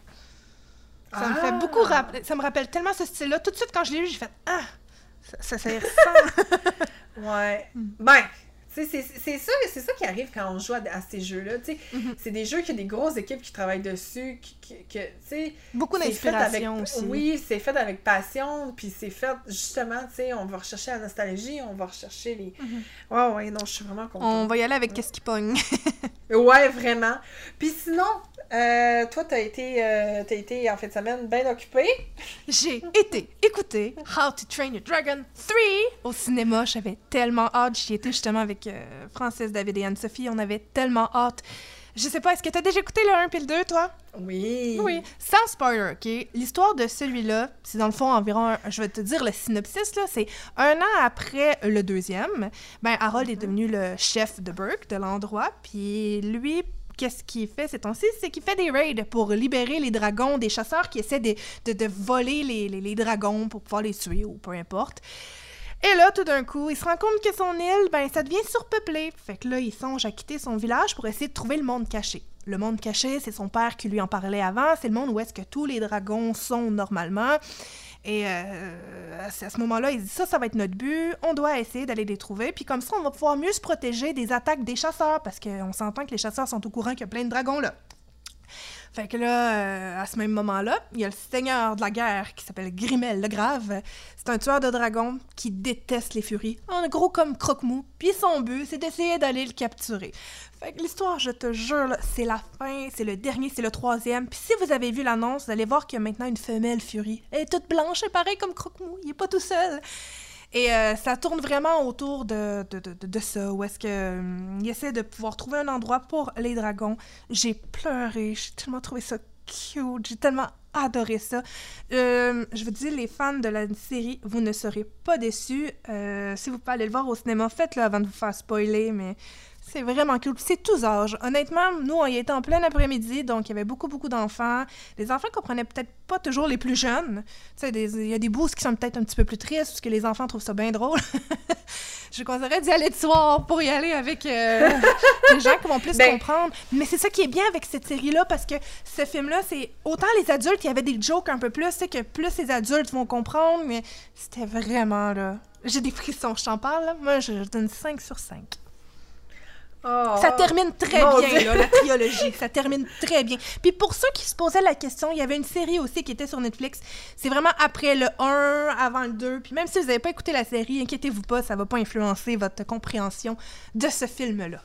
S2: Ça ah! me fait beaucoup rappeler, ça me rappelle tellement ce style-là. Tout de suite, quand je l'ai lu, j'ai fait « Ah! » Ça, ça y ressemble.
S1: Ouais. Ben, tu Tu sais, c'est, c'est, ça, c'est ça qui arrive quand on joue à, à ces jeux-là, tu sais. Mm-hmm. C'est des jeux qui ont des grosses équipes qui travaillent dessus, qui, qui, que, tu sais...
S2: Beaucoup d'inspiration avec, aussi.
S1: Oui, c'est fait avec passion, puis c'est fait, justement, tu sais, on va rechercher la nostalgie, on va rechercher les... Mm-hmm. Ouais, ouais, non, je suis vraiment contente.
S2: On va y aller avec
S1: ouais.
S2: Qu'est-ce qui pogne.
S1: Ouais, vraiment. Puis sinon, euh, toi, t'as été, euh, t'as été, en fin de semaine, bien occupée.
S2: J'ai été écouter How to Train Your Dragon trois au cinéma. J'avais tellement hâte. J'y étais justement avec euh, Francis, David et Anne-Sophie. On avait tellement hâte. Je sais pas, est-ce que t'as déjà écouté le un puis le deux, toi?
S1: Oui.
S2: Oui. Sans spoiler, OK? L'histoire de celui-là, c'est dans le fond environ, un, je vais te dire le synopsis, là, c'est un an après le deuxième, ben Harold mm-hmm. est devenu le chef de Burke, de l'endroit, puis lui... Qu'est-ce qu'il fait ces temps-ci? C'est qu'il fait des raids pour libérer les dragons, des chasseurs qui essaient de, de, de voler les, les, les dragons pour pouvoir les tuer ou peu importe. Et là, tout d'un coup, il se rend compte que son île, ben, ça devient surpeuplé. Fait que là, il songe à quitter son village pour essayer de trouver le monde caché. Le monde caché, c'est son père qui lui en parlait avant. C'est le monde où est-ce que tous les dragons sont normalement. Et euh, à ce moment-là, il dit ça, ça va être notre but. On doit essayer d'aller les trouver. Puis comme ça, on va pouvoir mieux se protéger des attaques des chasseurs. Parce qu'on s'entend que les chasseurs sont au courant qu'il y a plein de dragons là. Fait que là, euh, à ce même moment-là, il y a le seigneur de la guerre qui s'appelle Grimel le Grave. C'est un tueur de dragons qui déteste les furies, en gros comme croque-mou. Puis son but, c'est d'essayer d'aller le capturer. Fait que l'histoire, je te jure, là, c'est la fin, c'est le dernier, c'est le troisième. Puis si vous avez vu l'annonce, vous allez voir qu'il y a maintenant une femelle furie. Elle est toute blanche et pareil comme croque-mou, il est pas tout seul. Et euh, ça tourne vraiment autour de, de, de, de ça, où est-ce qu'il euh, essaie de pouvoir trouver un endroit pour les dragons. J'ai pleuré, j'ai tellement trouvé ça cute, j'ai tellement adoré ça. Euh, je vous dis, les fans de la série, vous ne serez pas déçus. Euh, si vous pouvez aller le voir au cinéma, faites-le avant de vous faire spoiler, mais... C'est vraiment cool. C'est tous âges. Honnêtement, nous, on y était en plein après-midi, donc il y avait beaucoup, beaucoup d'enfants. Les enfants comprenaient peut-être pas toujours les plus jeunes. Tu sais, il y a des bouts qui sont peut-être un petit peu plus tristes, parce que les enfants trouvent ça bien drôle. Je conseillerais d'y aller de soir pour y aller avec euh, des gens qui vont plus ben... comprendre. Mais c'est ça qui est bien avec cette série-là, parce que ce film-là, c'est autant les adultes, il y avait des jokes un peu plus, tu sais, que plus les adultes vont comprendre, mais c'était vraiment, là... J'ai des frissons, je t'en parle, là. Moi, je donne cinq sur cinq. Oh, ça termine très bien, là, la trilogie. Ça termine très bien. Puis pour ceux qui se posaient la question, il y avait une série aussi qui était sur Netflix. C'est vraiment après le un, avant le deux. Puis même si vous n'avez pas écouté la série, inquiétez-vous pas, ça va pas influencer votre compréhension de ce film-là.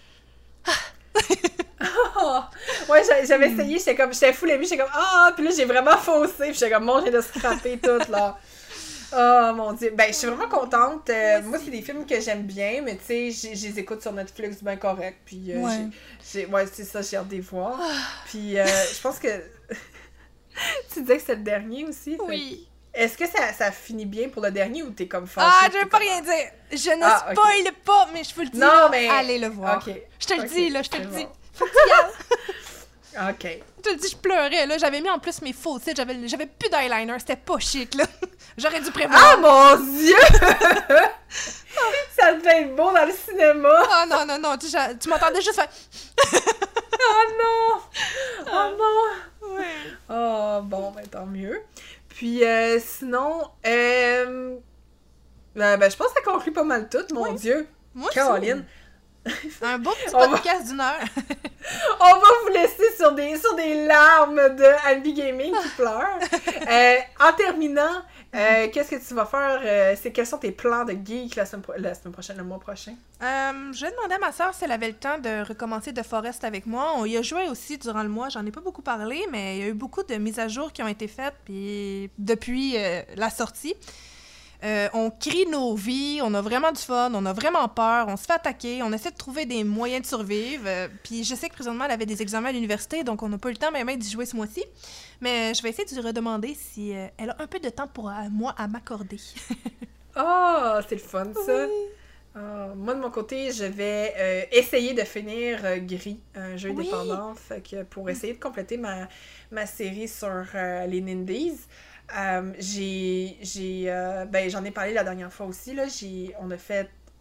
S1: Oh, ouais, j'avais essayé, j'étais comme, j'étais full émue, j'étais comme, ah, oh! Puis là, j'ai vraiment faussé, puis j'étais comme, bon, j'ai de scraper tout, là. Oh mon Dieu, ben je suis vraiment contente. Euh, moi, c'est des films que j'aime bien, mais tu sais, je les écoute sur Netflix bien correct. Puis, euh, ouais. J'ai, j'ai, ouais, c'est ça, j'ai hâte de les voir. Puis, euh, je pense que. Tu disais que c'était le dernier aussi?
S2: Oui.
S1: Fait... Est-ce que ça, ça finit bien pour le dernier ou t'es comme fâchée?
S2: Ah, je veux pas comme... rien dire. Je ne ah, spoil okay. pas, mais je peux le dire.
S1: Non, mais.
S2: Allez le voir.
S1: Okay.
S2: Je te le
S1: okay.
S2: dis, là, je te
S1: c'est
S2: le
S1: bon.
S2: dis. Faut que tu y ailles.
S1: OK.
S2: Je te le dis, je pleurais, là. J'avais mis en plus mes faux cils. J'avais, j'avais plus d'eyeliner. C'était pas chic, là. J'aurais dû prévoir.
S1: Ah, mon Dieu! Ça devait être beau dans le cinéma.
S2: Oh non, non, non. Tu, tu m'entendais juste faire...
S1: Oh non! Oh non!
S2: Oui.
S1: Oh, bon, ben tant mieux. Puis, euh, sinon, euh... ben, ben, je pense que ça conclut pas mal tout, mon oui. Dieu.
S2: Moi
S1: Caroline.
S2: Un beau petit podcast va... d'une heure.
S1: On va vous laisser sur des, sur des larmes de Anby Gaming qui pleure. Euh, en terminant, euh, qu'est-ce que tu vas faire? Euh, c'est, quels sont tes plans de geek la semaine, pro- la semaine prochaine, le mois prochain?
S2: Euh, je demandais à ma soeur si elle avait le temps de recommencer The Forest avec moi. On y a joué aussi durant le mois. J'en ai pas beaucoup parlé, mais il y a eu beaucoup de mises à jour qui ont été faites puis depuis euh, la sortie. Euh, on crie nos vies, on a vraiment du fun, on a vraiment peur, on se fait attaquer, on essaie de trouver des moyens de survivre. Euh, puis je sais que présentement, elle avait des examens à l'université, donc on n'a pas eu le temps même d'y jouer ce mois-ci. Mais je vais essayer de lui redemander si euh, elle a un peu de temps pour euh, moi à m'accorder.
S1: Oh, c'est le fun, ça!
S2: Oui.
S1: Oh, moi, de mon côté, je vais euh, essayer de finir euh, Gris, un jeu
S2: oui.
S1: indépendant, fait que pour essayer de compléter ma, ma série sur euh, les Nindies. Euh, j'ai, j'ai euh, ben j'en ai parlé la dernière fois aussi, là, j'ai, on a fait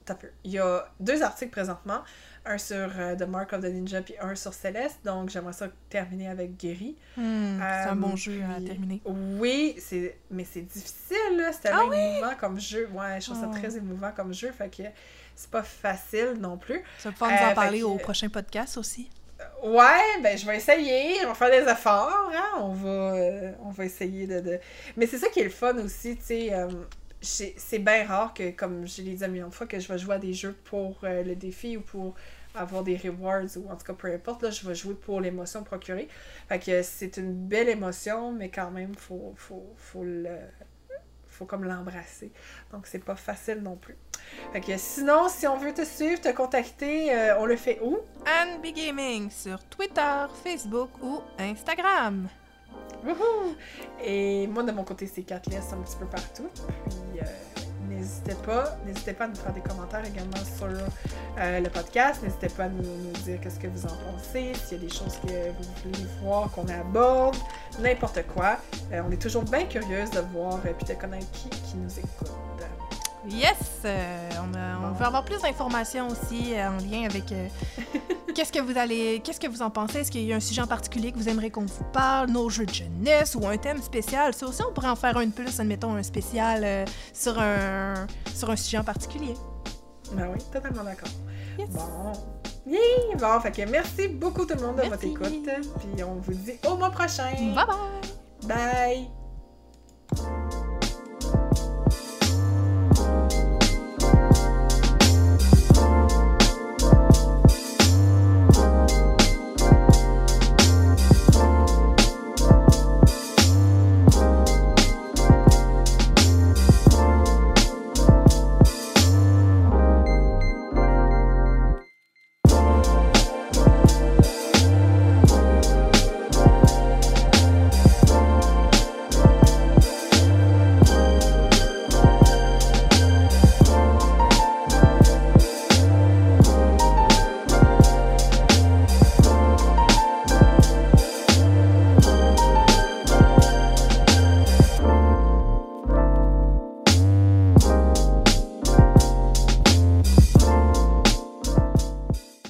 S1: t'as peu. Il y a deux articles présentement, un sur euh, The Mark of the Ninja puis un sur Céleste, donc j'aimerais ça terminer avec Guéry.
S2: Hmm,
S1: Euh,
S2: c'est un bon jeu à
S1: puis-
S2: terminer.
S1: Oui, c'est mais c'est difficile, là. C'est tellement émouvant comme jeu. Ouais, je trouve ça
S2: Oh.
S1: très émouvant comme jeu, fait que c'est pas facile non plus.
S2: Tu vas pouvoir nous
S1: Euh,
S2: en parler
S1: fait que-
S2: au prochain podcast aussi.
S1: Ouais, ben je vais essayer, on va faire des efforts, hein, on va, euh, on va essayer de, de... Mais c'est ça qui est le fun aussi, tu sais, euh, j'ai- c'est bien rare que, comme je l'ai dit un million de fois, que je vais jouer à des jeux pour euh, le défi ou pour avoir des rewards, ou en tout cas peu importe, là, je vais jouer pour l'émotion procurée. Fait que c'est une belle émotion, mais quand même, faut, faut, faut le... faut comme l'embrasser. Donc c'est pas facile non plus. Fait que sinon, si on veut te suivre, te contacter, euh, on le fait où?
S2: Anne B Gaming sur Twitter, Facebook ou Instagram.
S1: Wouhou! Et moi, de mon côté, c'est Catless un petit peu partout. Puis, euh, n'hésitez pas, n'hésitez pas à nous faire des commentaires également sur euh, le podcast. N'hésitez pas à nous, nous dire qu'est-ce que vous en pensez, s'il y a des choses que vous voulez voir, qu'on aborde, n'importe quoi. Euh, on est toujours bien curieuse de voir et puis de connaître qui, qui nous écoute.
S2: Yes! Euh, on, a- on
S1: Bon.
S2: veut avoir plus d'informations aussi euh, en lien avec euh, qu'est-ce que vous allez, qu'est-ce que vous en pensez? Est-ce qu'il y a un sujet en particulier que vous aimeriez qu'on vous parle? Nos jeux de jeunesse ou un thème spécial? Ça aussi, on pourrait en faire un de plus, admettons, un spécial euh, sur, un, sur un sujet en particulier.
S1: Ben oui, totalement d'accord.
S2: Yes!
S1: Bon. Yeah! Bon, fait que merci beaucoup tout le monde de votre
S2: Merci.
S1: écoute. Puis on vous dit au mois prochain.
S2: Bye bye!
S1: Bye!